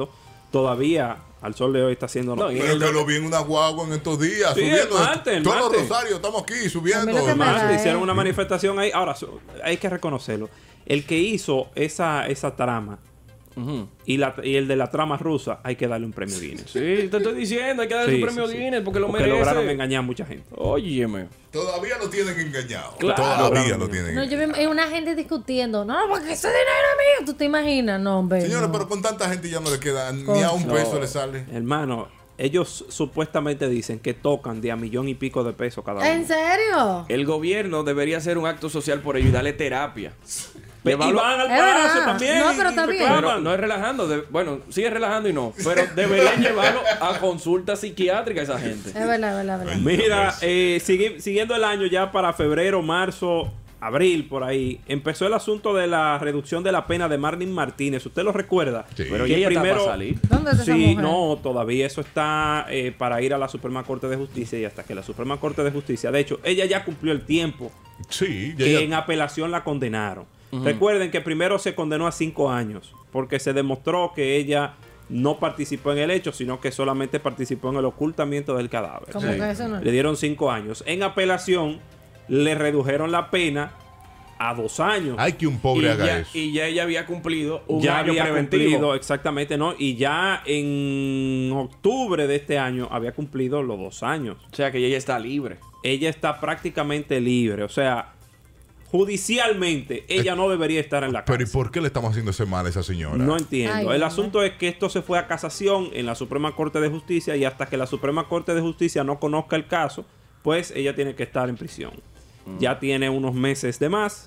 todavía al sol de hoy está haciendo no, pero que lo vi en una guagua en estos días, sí, subiendo. El martes, el todos martes. los Rosarios estamos aquí subiendo. El martes hicieron una manifestación ahí. Ahora, hay que reconocerlo. El que hizo esa, esa trama uh-huh. y, la, y el de la trama rusa, hay que darle un premio Guinness. Sí, te estoy diciendo, hay que darle sí, un premio sí, Guinness porque lo porque merece. lograron engañar a mucha gente. Óyeme. Todavía lo tienen engañado. Claro. Todavía lo tienen no, engañado. yo vi una gente discutiendo. No, porque ese dinero es mío. ¿Tú te imaginas? No, hombre. Señores, no. pero con tanta gente ya no le queda Con... ni a un peso no. le sale. Hermano, ellos supuestamente dicen que tocan de a millón y pico de pesos cada uno. ¿En serio? El gobierno debería hacer un acto social por ello y darle terapia. Y van al palacio también. No, pero está bien. Pero no es relajando. De, bueno, sigue relajando y no. Pero deberían llevarlo a consulta psiquiátrica a esa gente. Es verdad, es verdad, es verdad. Mira, eh, sigue, siguiendo el año ya para febrero, marzo, abril, por ahí, empezó el asunto de la reducción de la pena de Marlene Martínez. ¿Usted lo recuerda? Sí. Pero ella primero, está para salir. ¿Dónde está sí, esa mujer? No, todavía eso está eh, para ir a la Suprema Corte de Justicia y hasta que la Suprema Corte de Justicia, de hecho, ella ya cumplió el tiempo sí, ya, que ya. en apelación la condenaron. Uh-huh. Recuerden que primero se condenó a cinco años porque se demostró que ella no participó en el hecho, sino que solamente participó en el ocultamiento del cadáver. ¿Cómo sí. que eso no? Le dieron cinco años. En apelación le redujeron la pena a dos años. Hay que un pobre y haga ya, eso. Y ya ella había cumplido un ya año había preventivo. Cumplido, exactamente, ¿no? Y ya en octubre de este año había cumplido los dos años. O sea que ella está libre. Ella está prácticamente libre. O sea, judicialmente ella no debería estar en la cárcel. Pero ¿y por qué le estamos haciendo ese mal a esa señora? No entiendo. Ay, el no. asunto es que esto se fue a casación en la Suprema Corte de Justicia y hasta que la Suprema Corte de Justicia no conozca el caso, pues ella tiene que estar en prisión. Mm. Ya tiene unos meses de más.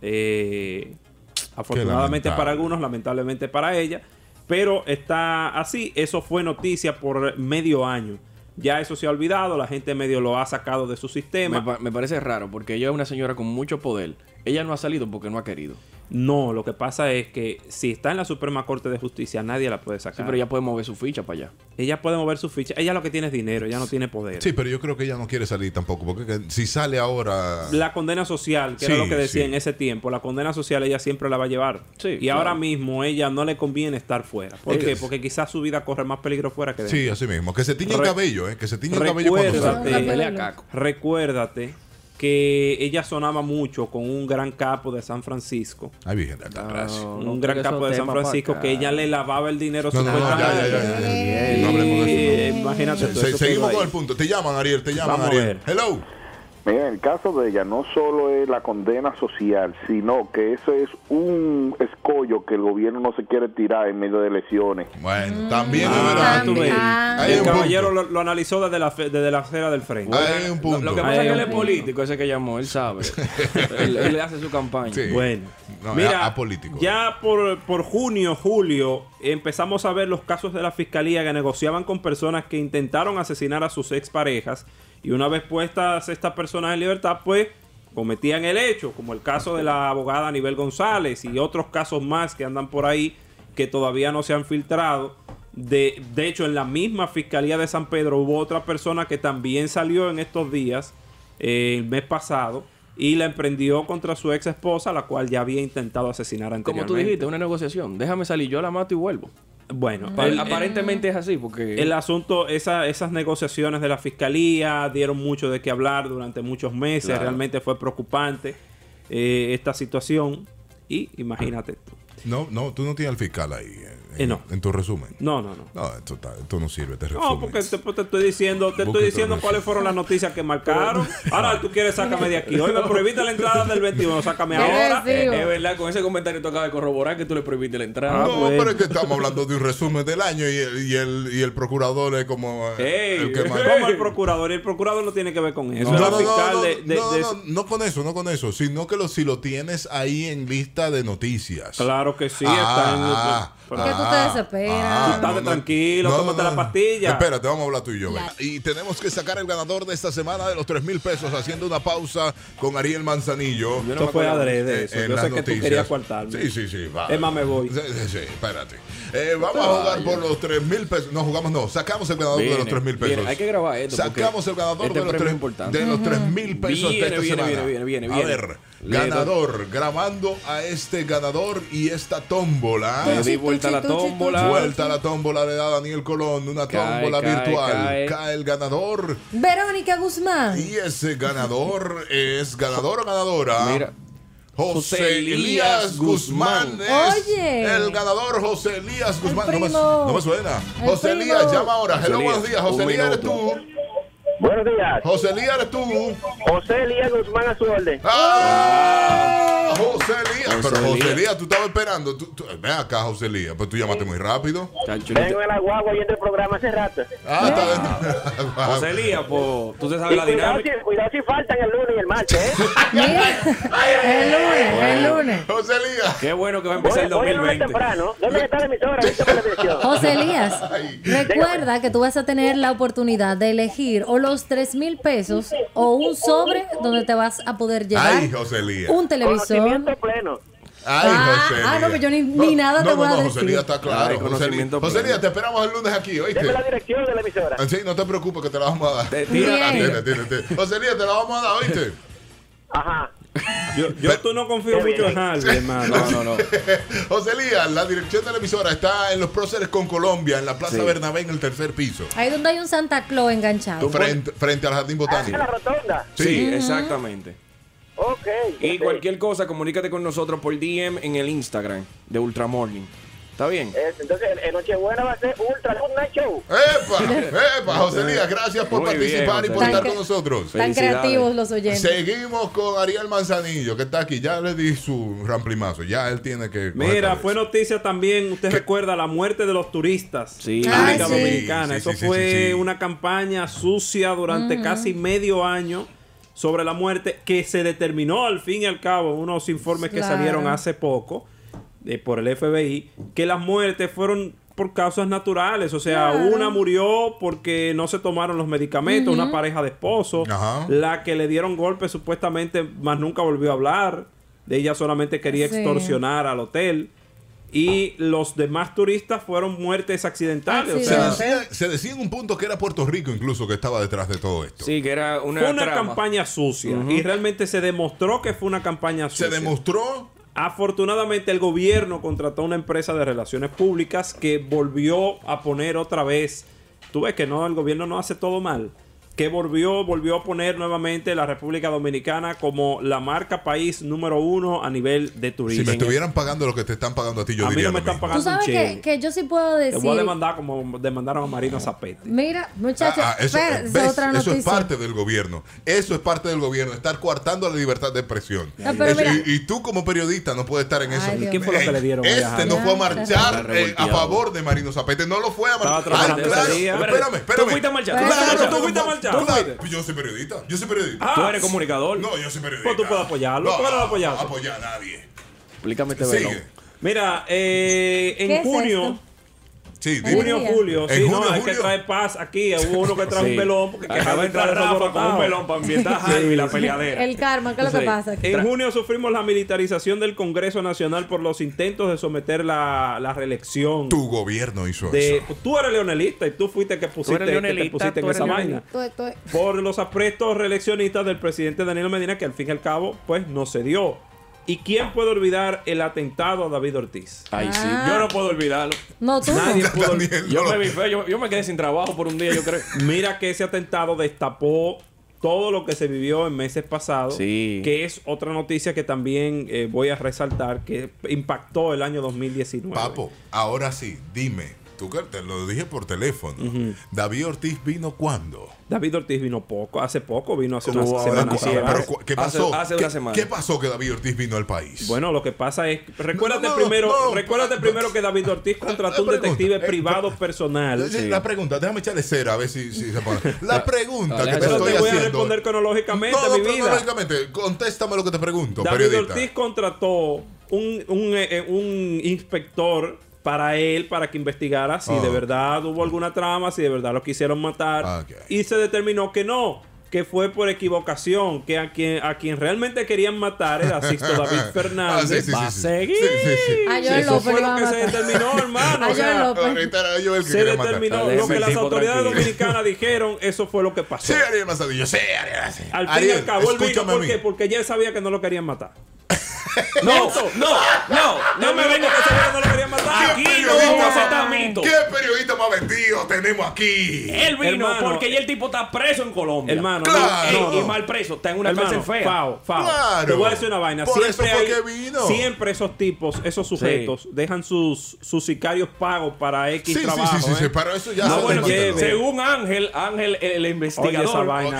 Eh, afortunadamente para algunos, lamentablemente para ella. Pero está así. Eso fue noticia por medio año. Ya eso se ha olvidado, la gente medio lo ha sacado de su sistema. Me, pa- me parece raro porque ella es una señora con mucho poder. Ella no ha salido porque no ha querido. No, lo que pasa es que si está en la Suprema Corte de Justicia, nadie la puede sacar. Sí, pero ella puede mover su ficha para allá. Ella puede mover su ficha. Ella lo que tiene es dinero, ella no tiene poder. Sí, pero yo creo que ella no quiere salir tampoco, porque que, si sale ahora... La condena social, que sí, era lo que decía sí. en ese tiempo, la condena social ella siempre la va a llevar. Sí, y claro. ahora mismo ella no le conviene estar fuera. ¿Por Es qué? que- Porque quizás su vida corre más peligro fuera que dentro. Sí, así mismo. Que se tiñe el Re- cabello, ¿eh? Que se tiñe el cabello cuando Recuérdate, sale. Pelea a Caco. recuérdate que ella sonaba mucho con un gran capo de San Francisco. Ay, Virgen de Altagracia. No, un no gran creo capo esos de San temas pa' Francisco acá. que ella le lavaba el dinero No, no, no, ya, supuestamente. ya, ya, ya, ya. Y- No hablemos de eso. Imagínate tú, Se- eso seguimos quedó con ahí. el punto. Te llaman, Ariel, te llaman, Vamos a Ariel. ver. Hello. Mira, el caso de ella no solo es la condena social, sino que eso es un escollo que el gobierno no se quiere tirar en medio de elecciones. Bueno, también es Ah, verdad. tú ves. Hay El un caballero punto. lo, lo analizó desde la, fe- desde la acera del frente. Hay un punto. Lo, lo que Ahí pasa es que hay él un es punto. político, ese que llamó, él sabe. él, él hace su campaña. Sí. Bueno, No, mira, es apolítico. ya por, por junio, julio, empezamos a ver los casos de la fiscalía que negociaban con personas que intentaron asesinar a sus exparejas y una vez puestas estas personas en libertad, pues cometían el hecho, como el caso de la abogada Anibel González y otros casos más que andan por ahí que todavía no se han filtrado. De, de hecho, en la misma Fiscalía de San Pedro hubo otra persona que también salió en estos días, eh, el mes pasado, y la emprendió contra su ex esposa, la cual ya había intentado asesinar Como anteriormente. tú dijiste, una negociación. Déjame salir, yo la mato y vuelvo. Bueno, Pa- el- aparentemente es así porque... el asunto, esa, esas negociaciones de la fiscalía dieron mucho de qué hablar durante muchos meses. Claro. Realmente fue preocupante eh, esta situación. Y imagínate tú. No, no, tú no tienes al fiscal ahí en, Eh, no. en tu resumen. No, no, no. No, esto, está- esto no sirve, te resumen. No, porque te, te estoy diciendo, te estoy Búsquete diciendo otro. cuáles fueron las noticias que marcaron. Ahora tú quieres sácame de aquí. Hoy me prohibiste la entrada del veintiuno, sácame ahora. Eh, es verdad, con ese comentario tú acabas de corroborar que tú le prohibiste la entrada. Ah, no, bueno. pero es que estamos hablando de un resumen del año y el, y el, y el procurador es como eh, Ey, el que más... Como el procurador. Y el procurador no tiene que ver con eso. No, Es no, el no, fiscal no, de- de- no, de- no, no con eso, no con eso, sino que lo, si lo tienes ahí en lista de noticias. Claro que sí, Ah, está en... ah, ¿Por qué tú te desesperas? Tú estate tranquilo, tómate la pastilla. Espérate, vamos a hablar tú y yo. La- venga. Y tenemos que sacar el ganador de esta semana de los tres mil pesos haciendo una pausa con Ariel Manzanillo. Yo no Eso me fue acuerdo. adrede Eh, eso. en Yo las sé que tú noticias. querías coartarme. Sí, sí, sí. va. Es más, me voy. Sí, sí, sí, espérate. Eh, vamos a jugar por los tres mil pesos. No, jugamos no. Sacamos el ganador de Viene, los tres mil pesos. viene. Hay que grabar esto porque Sacamos el ganador este de los premio es tres importante. de los tres mil pesos de Viene, esta viene, semana. viene, viene, viene, A viene. ver, Ganador, grabando a este ganador y esta tómbola. Le di vuelta a la tómbola. Vuelta a la tómbola le da Daniel Colón, una Cae, tómbola cae, virtual. cae. Cae el ganador. Verónica Guzmán. Y ese ganador es ganador o ganadora. Mira. José José Elías Elías Guzmán. Guzmán. es Oye. El ganador José Elías Guzmán. No me, primo. no me suena. El José primo. Elías, llama ahora. José Hello, Elías, buenos días. José un Elías, ¿eres minuto. tú? Buenos días. José Elías, ¿eres tú? José Elías Guzmán a su orden. ¡Ah! José Elías. José Pero José Elías. Elías, tú estabas esperando. Tú, tú- ven acá, José Elías. Pues tú llamaste muy rápido. Chacho, Vengo en la guagua oyendo el programa hace rato. Ah, está dentro. José Elías, pues, tú te sabes Y la cuidado, dinámica. si, cuidado si faltan el lunes y el martes, ¿eh? Mira, el lunes, el lunes. José Elías. Qué bueno que va a empezar el Voy, voy el lunes dos mil veinte. temprano. ¿Dónde está la emisora? Viste por la televisión. José Elías, Ay. recuerda que tú vas a tener la oportunidad de elegir o los tres mil pesos o un sobre donde te vas a poder llevar Ay, José Elías. un televisor. Conocimiento pleno. Ay, Ah, José ah, no, Elías. pero yo ni- ni nada no, te no, voy a no, decir. José Elías está claro. Ay, José Elías, conocimiento José pleno. Elías, te esperamos el lunes aquí, ¿oíste? Deme la dirección de la emisora. Sí, no te preocupes que te la vamos a dar. Te- tira, Bien. Atiende, atiende, atiende. José Elías, te la vamos a dar, ¿oíste? Ajá. Yo, yo tú no confío Qué mucho bien. en Harvey, hermano. No, no, no. José Elías, la dirección de la emisora está en los próceres con Colombia, en la Plaza Sí. Bernabé, en el tercer piso. Ahí donde hay un Santa Claus enganchado. Frente, frente al Jardín Ah, en Botánico. la rotonda. Sí, exactamente. Ok. Y ok. cualquier cosa, comunícate con nosotros por D M en el Instagram de Ultramorning. ¿Está bien? Eh, Entonces, en Nochebuena va a ser Ultra Late Night Show. ¡Epa! ¡Epa! José Elías, gracias por Muy bien, participar y por José estar Elías. con nosotros. Tan Felicidades. creativos los oyentes. Seguimos con Ariel Manzanillo, que está aquí. Ya le di su ramplimazo. Ya él tiene que. coger Mira, cabeza. fue noticia también, usted recuerda la muerte de los turistas Sí. en Ah, República sí. Dominicana. Sí, sí, Eso sí, fue sí, sí. una campaña sucia durante casi medio año sobre la muerte que se determinó al fin y al cabo en unos informes que Claro. salieron hace poco eh, por el F B I, que las muertes fueron por causas naturales. O sea, Claro. una murió porque no se tomaron los medicamentos, una pareja de esposos, Ajá. la que le dieron golpes supuestamente más nunca volvió a hablar, de ella solamente quería Sí. extorsionar al hotel. Y los demás turistas fueron muertes accidentales. O Se sea, decía, se decía en un punto que era Puerto Rico incluso que estaba detrás de todo esto. Sí, que era una, fue una trama. campaña sucia. Y realmente se demostró que fue una campaña Se sucia. demostró. Afortunadamente el gobierno contrató una empresa de relaciones públicas que volvió a poner otra vez. Tú ves que no, el gobierno no hace todo mal. Que volvió, volvió a poner nuevamente la República Dominicana como la marca país número uno a nivel de Si turismo. me estuvieran pagando lo que te están pagando a ti, yo A mí diría no me lo están mismo. pagando. Tú sabes un que, cheque. que yo sí puedo Te decir. voy a demandar como demandaron a Marino Zapete. Mira, muchachos, Ah, ah, eso, espera, eh, esa ¿ves? otra Eso es noticia. parte del gobierno. Eso es parte del gobierno. Estar coartando la libertad de expresión. No, pero Eso- mira- y, y tú como periodista no puedes estar en eso. Ay, Dios ¿Qué fue lo que le dieron Este allá, no Jaime? fue a Ya, marchar está eh, a revolteado. favor de Marino Zapete. No lo fue a Estaba marchar. trabajando claro. ese día. Espérame, espérame. ¿Tú fuiste a marchar? ¿Tú fuiste a Claro, marchar? tú- ¿Tú fuiste a tú- marchar? tú- ¿Tú fuiste? Yo soy periodista. Yo soy periodista. Tú eres comunicador. No, yo soy periodista. Pues tú puedes apoyarlo. No, ¿Tú eres apoyarlo? apoyar a nadie. Explícame este Sigue. velón. Mira, eh, ¿Qué en es junio, esto? Sí, dime. junio, Día. julio, En sí, junio, no, hay que julio. traer paz aquí. Hubo uno que trajo Sí. un velón porque Acaba quejaba de entrar entrar Rafa con un velón para ambientar a Jaime la peleadera. El karma, ¿qué es lo que Sí. pasa aquí? En junio sufrimos la militarización del Congreso Nacional por los intentos de someter la, la reelección. Tu gobierno hizo de, eso. Tú eres leonelista y tú fuiste que pusiste, eres que te leonelista, pusiste en tú eres esa vaina. leonelista. Tú- tú- Por los aprestos reeleccionistas del presidente Danilo Medina, que al fin y al cabo, pues no se dio. ¿Y quién puede olvidar el atentado a David Ortiz? Ay, sí. Ah. Yo no puedo olvidarlo. No, tú Nadie no. pudo. Daniel, Yo no me lo- vi feo. Yo, yo me quedé sin trabajo por un día, yo creo. Mira que ese atentado destapó todo lo que se vivió en meses pasados, Sí. que es otra noticia que también eh, voy a resaltar, que impactó el año dos mil diecinueve. Papo, ahora sí, dime. Tú que te lo dije por teléfono. David Ortiz vino cuándo? David Ortiz vino poco, hace poco, vino hace una Estuvo semana. ahora, atrás. Pero, cu- ¿qué Hace- pasó? hace ¿Qué, una semana. ¿Qué pasó que David Ortiz vino al país? Bueno, lo que pasa es, recuérdate No, no, primero, no, recuérdate no, primero no. que David Ortiz contrató La un pregunta, detective eh, privado pero- personal. La, Sí. la pregunta, déjame echarle cera a ver si, si se pone. La pregunta Dale, que te pero estoy te voy a haciendo. responder cronológicamente, no, no, mi vida. cronológicamente, contéstame lo que te pregunto, David periodista. Ortiz contrató un, un, eh, un inspector para él, para que investigara si Ah. de verdad hubo alguna trama, si de verdad lo quisieron matar. Ah, ok. Y se determinó que no, que fue por equivocación, que a quien, a quien realmente querían matar era Sixto David Fernández. Ah, sí, sí, Va a sí, sí. seguir. Sí, sí, sí. A Joel Eso López fue lo lo va a que se matar. determinó, hermano. A o sea, Joel López. Ahorita era yo el que se quería matar. determinó Deje lo que el las tipo autoridades tranquilo. dominicanas dijeron, eso fue lo que pasó. Sí, Ariel Mazadillo, sí, Ariel. Sí. Al fin y Ariel, al cabo, él vino, escúchame a ¿por mí. qué? Porque ya él sabía que no lo querían matar. No, no, no, No me venga que sabía que no lo querían matar. Aquí ¿Qué no vamos a periodista aceptar más- mito. ¿Qué periodista más vendido tenemos aquí? Él vino Hermano, porque ya el tipo está preso en Colombia. Hermano, Claro. no, Ey, no, y mal preso, está en una Hermano, cárcel fea. Fao, Fao. Claro. Te voy a decir una vaina. Por Siempre, eso fue hay- que vino. siempre esos tipos, esos sujetos, dejan sus, sus sicarios pagos para X Sí, sí, trabajo. sí, sí, ¿eh? sí, pero eso ya No, se bueno, te lleve. quita. Según Ángel, Ángel, el Oye, investigador. esa vaina.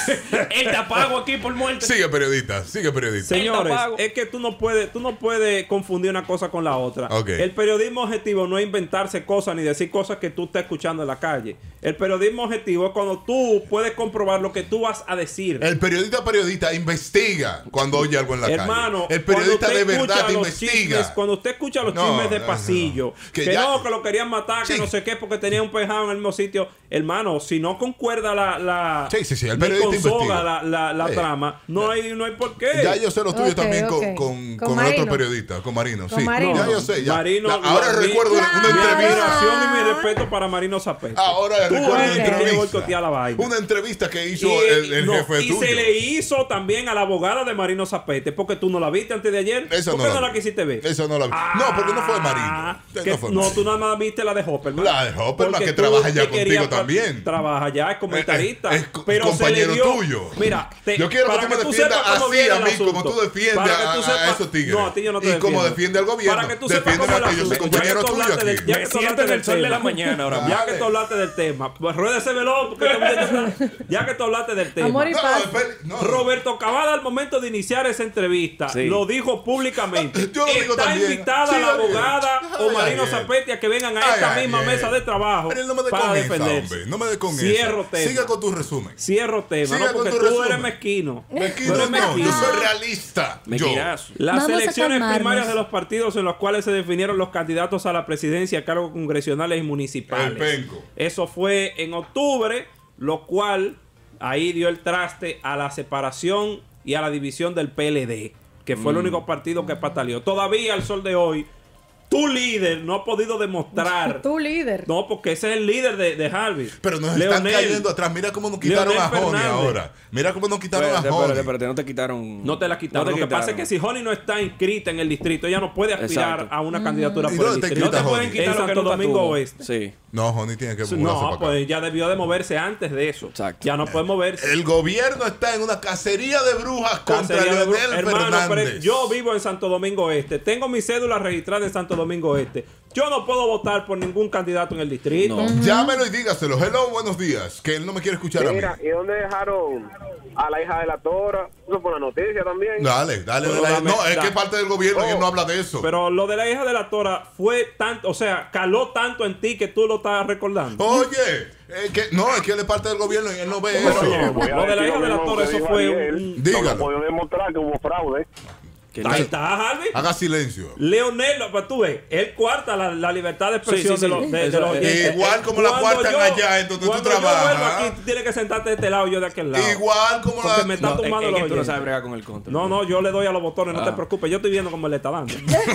Él te pago aquí por muerte. Sigue periodista, sigue periodista. Señores, pago. es que tú no puedes, tú no puedes confundir una cosa con la otra. Ok. El periodismo objetivo no es inventarse cosas ni decir cosas que tú estás escuchando en la calle. El periodismo objetivo es cuando tú puedes comprobar lo que tú vas a decir. El periodista periodista investiga cuando oye algo en la Hermano, calle. El periodista cuando de usted verdad escucha los investiga. chismes, cuando usted escucha los No, chismes de no, pasillo, no. que, Que ya- no, que lo querían matar, que Sí. no sé qué, porque tenía un pejado en el mismo sitio, hermano, si no concuerda la, la Sí, sí, sí, el ni periodista con soga investiga. la, la, la Sí. trama, no hay, no hay por qué. Ya yo sé lo tuyo Ok, también ok. con, con, Con con el Marino. otro periodista, con Marino. Con sí. Marino. Ya yo sé. Ya. Marino, Ya, ahora mi- recuerdo una, una Mi entrevista. admiración y mi respeto para Marino Zapete. Ahora Tú recuerdo eres una el que quiere entrevista. boicotear la vaina. Una entrevista que hizo Y, el, el no, jefe y tuyo. se le hizo también a la abogada de Marino Zapete, porque tú no la viste antes de ayer. Esa ¿Por no qué la no la vi. quisiste ver? Esa no la vi. No, porque no fue Marino. Ah, No que- fue no, Marino. tú nada más viste la de Hopperman. La de Hopperman, Porque que tú trabaja ya te querías contigo pa- también. Trabaja ya, es comentarista. Es- es co- pero compañero se le dio, tuyo. Mira, te- Yo quiero que para tú me tú defiendas sepas cómo así viene a el mí, como asunto. tú defiendes Para a, que tú a sepas- esos tigres. No, a ti yo no te y como defiendo. defiende al gobierno. Para que tú sepas Defiéndeme cómo a el que yo soy asunto. compañero Ya que tú tuyo hablaste aquí. del- ya Me que tú siento hablaste en el del sol de tema. la mañana ahora Ya mismo. que tú hablaste del tema, pues ruédese velón, porque este muchacho está- ya que tú hablaste del tema. Amor y No, paz. espera, no, no. Roberto Cavada al momento de iniciar esa entrevista Sí. lo dijo públicamente. Yo lo digo Está también. invitada Sí, la Ariel. abogada Ay, o Marino Ariel. Zapete a que vengan a Ay, esta misma Ariel. mesa de trabajo Ariel, no me dé para con esa, defenderse. hombre. No me dé con Cierro esa. tema. Siga con tu resumen. Cierro tema, Siga ¿no? con Porque tu tú resumen. eres mezquino. Mezquino Tú eres no, yo mezquino. soy realista. Yo. Mentiras. Las Vamos a elecciones calmarnos. primarias de los partidos en los cuales se definieron los candidatos a la presidencia, cargos congresionales y municipales. El penco. Eso fue en octubre, lo cual ahí dio el traste a la separación y a la división del P L D, que fue el único partido que pataleó. Todavía al sol de hoy, tu líder no ha podido demostrar. Tu líder. No, porque ese es el líder de, de Harvey. Pero nos Leonel. están cayendo atrás. Mira cómo nos quitaron Leonel a Honey Fernández. ahora. Mira cómo nos quitaron Espérate, a Honey. espérate, espérate, no te quitaron. No te la quitaron. No te Lo que pasa es quitaron. que si Honey no está inscrita en el distrito, ella no puede aspirar Exacto. a una candidatura ¿Y por el dónde te distrito. quita No te pueden Honey? quitar En lo que Santo nunca Domingo tuvo. Oeste. Sí. No, Honey tiene que mudarse para No, acá. pues ya debió de moverse antes de eso. Exacto. Ya no puede moverse. El gobierno está en una cacería de brujas contra Cacería de bru- Leonel Hermano, pero Fernández. yo vivo en Santo Domingo Este. Tengo mi cédula registrada en Santo Domingo Este. Yo no puedo votar por ningún candidato en el distrito. No. Llámelo y dígaselo. Hello, buenos días. Que él no me quiere escuchar a mí. Mira, ¿y dónde dejaron a la hija de la Tora? Eso fue una noticia también. Dale, dale. Pero dale. dame- No, es da- que es parte del gobierno y él no habla de eso. Pero lo de la hija de la Tora fue tanto, o sea, caló tanto en ti que tú lo estás recordando. Oye, es que, no, es que él es parte del gobierno y él no ve Pero eso. no, Voy a lo de la decir hija de la mismo Tora, que eso dijo fue Ariel. un... No Dígalo. podido demostrar que hubo fraude. Ahí está, Harvey. Haga silencio. Leonel, pues tú ves, él cuarta la, la libertad de expresión Sí, sí, de sí. los de, de Eso, los eh, oyentes. igual como la Cuando cuartan allá en donde tú cuando yo trabajas. vuelvo aquí, tú tienes que sentarte de este lado y yo de aquel lado. Igual como Porque la... me está No, es, tumbando es los que tú no oyentes. sabes bregar con el control. No, no, yo le doy a los botones, no Ah. te preocupes, yo estoy viendo cómo él le está dando.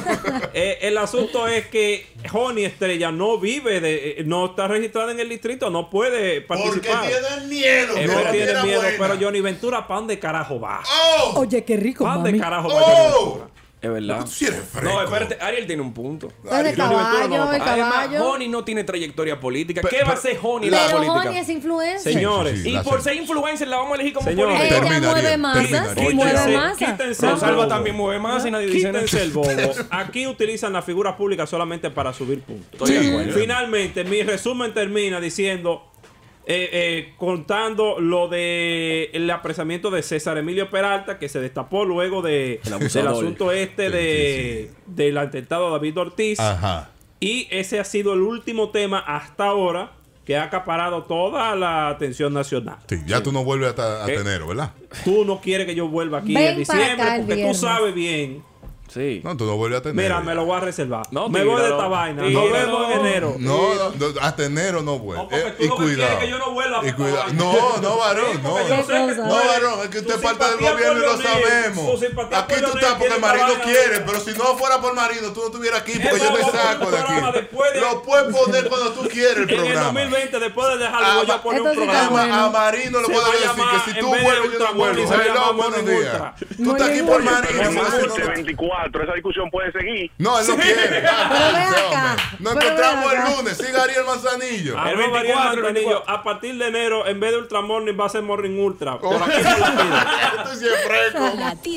Eh, el asunto es que Honey Estrella no vive, de, eh, no está registrada en el distrito, no puede Porque participar. tiene miedo. Eh, que No la tiene tiene miedo, buena. pero Johnny Ventura, ¿pa' dónde carajo va? ¡Oh! Oye, qué rico, ¿Pa' dónde mami. carajo va Johnny ¡Oh! Ventura? Es verdad. Tú sí eres fresco. No, espérate, Ariel tiene un punto. Pues de Johnny Ventura no va caballo, el pa- Además, caballo. Honey no tiene trayectoria política. Pe- ¿Qué pe- va a hacer Honey en la Pero política? Honey es influencer. Señores, Sí, sí, Y la por sé. ser influencer la vamos a elegir como Señores. política. Ella Termina, mueve Ariel, masas. termina, Ariel. Mueve Quítense- masas. quítense el Rosalba bobo. también mueve más y nadie dice nada. Quítense el bobo. Aquí utilizan la figura pública solamente para subir puntos. Estoy de acuerdo. Finalmente, mi resumen termina diciendo, eh, eh, contando lo de el apresamiento de César Emilio Peralta, que se destapó luego de, El del abusador. asunto este Sí, de sí, del atentado a David Ortiz. Ajá. Y ese ha sido el último tema hasta ahora que ha acaparado toda la atención nacional. Sí, ya tú no vuelves a, a Eh. tener, ¿verdad? Tú no quieres que yo vuelva aquí Ven en para diciembre acá el porque tú viernes. sabes bien Sí. No, tú no vuelves a tener. Mira, me lo voy a reservar. No, me voy de tíralo. esta vaina. Tíralo. Nos vemos en enero. No, no, hasta enero no vuelve. No, porque Eh, tú y lo que cuidado. quieres es que yo no vuelva Y a cuidado. pagar. No, no, varón, Sí, no. porque yo sé que tú No, eres- varón, es que usted tu es parte del simpatía gobierno y por lo Leonel, sabemos. tu simpatía Aquí por tú Leonel estás porque tiene el marido esta vaina quiere, de- pero si no fuera por el marido, tú no estuvieras aquí porque Es yo te más, vamos a saco hacer de un programa aquí. después de- Lo puedes poner cuando tú quieres el En el dos programa. mil veinte, después de dejarlo, A, voy a poner un Esto sí está programa. bueno. a Marino le Se puedo va a decir llamar, que si en tú vez de vuelves, yo no Ultra vuelvo. Morning, se va a Hello, llamar buenos Morning días. Ultra. Tú estás aquí por Morning Marino. Ultra. si no, Ultra. no- veinticuatro, esa discusión puede seguir. No, él no quiere. Pero ve acá, Nos pero encontramos ve acá. el lunes. Siga Ariel Manzanillo. Arroba veinticuatro, Ariel Manzanillo. veinticuatro. A partir de enero, en vez de Ultra Morning, va a ser Morning Ultra. Por aquí se la pido. Esto sí es fresco. Latido.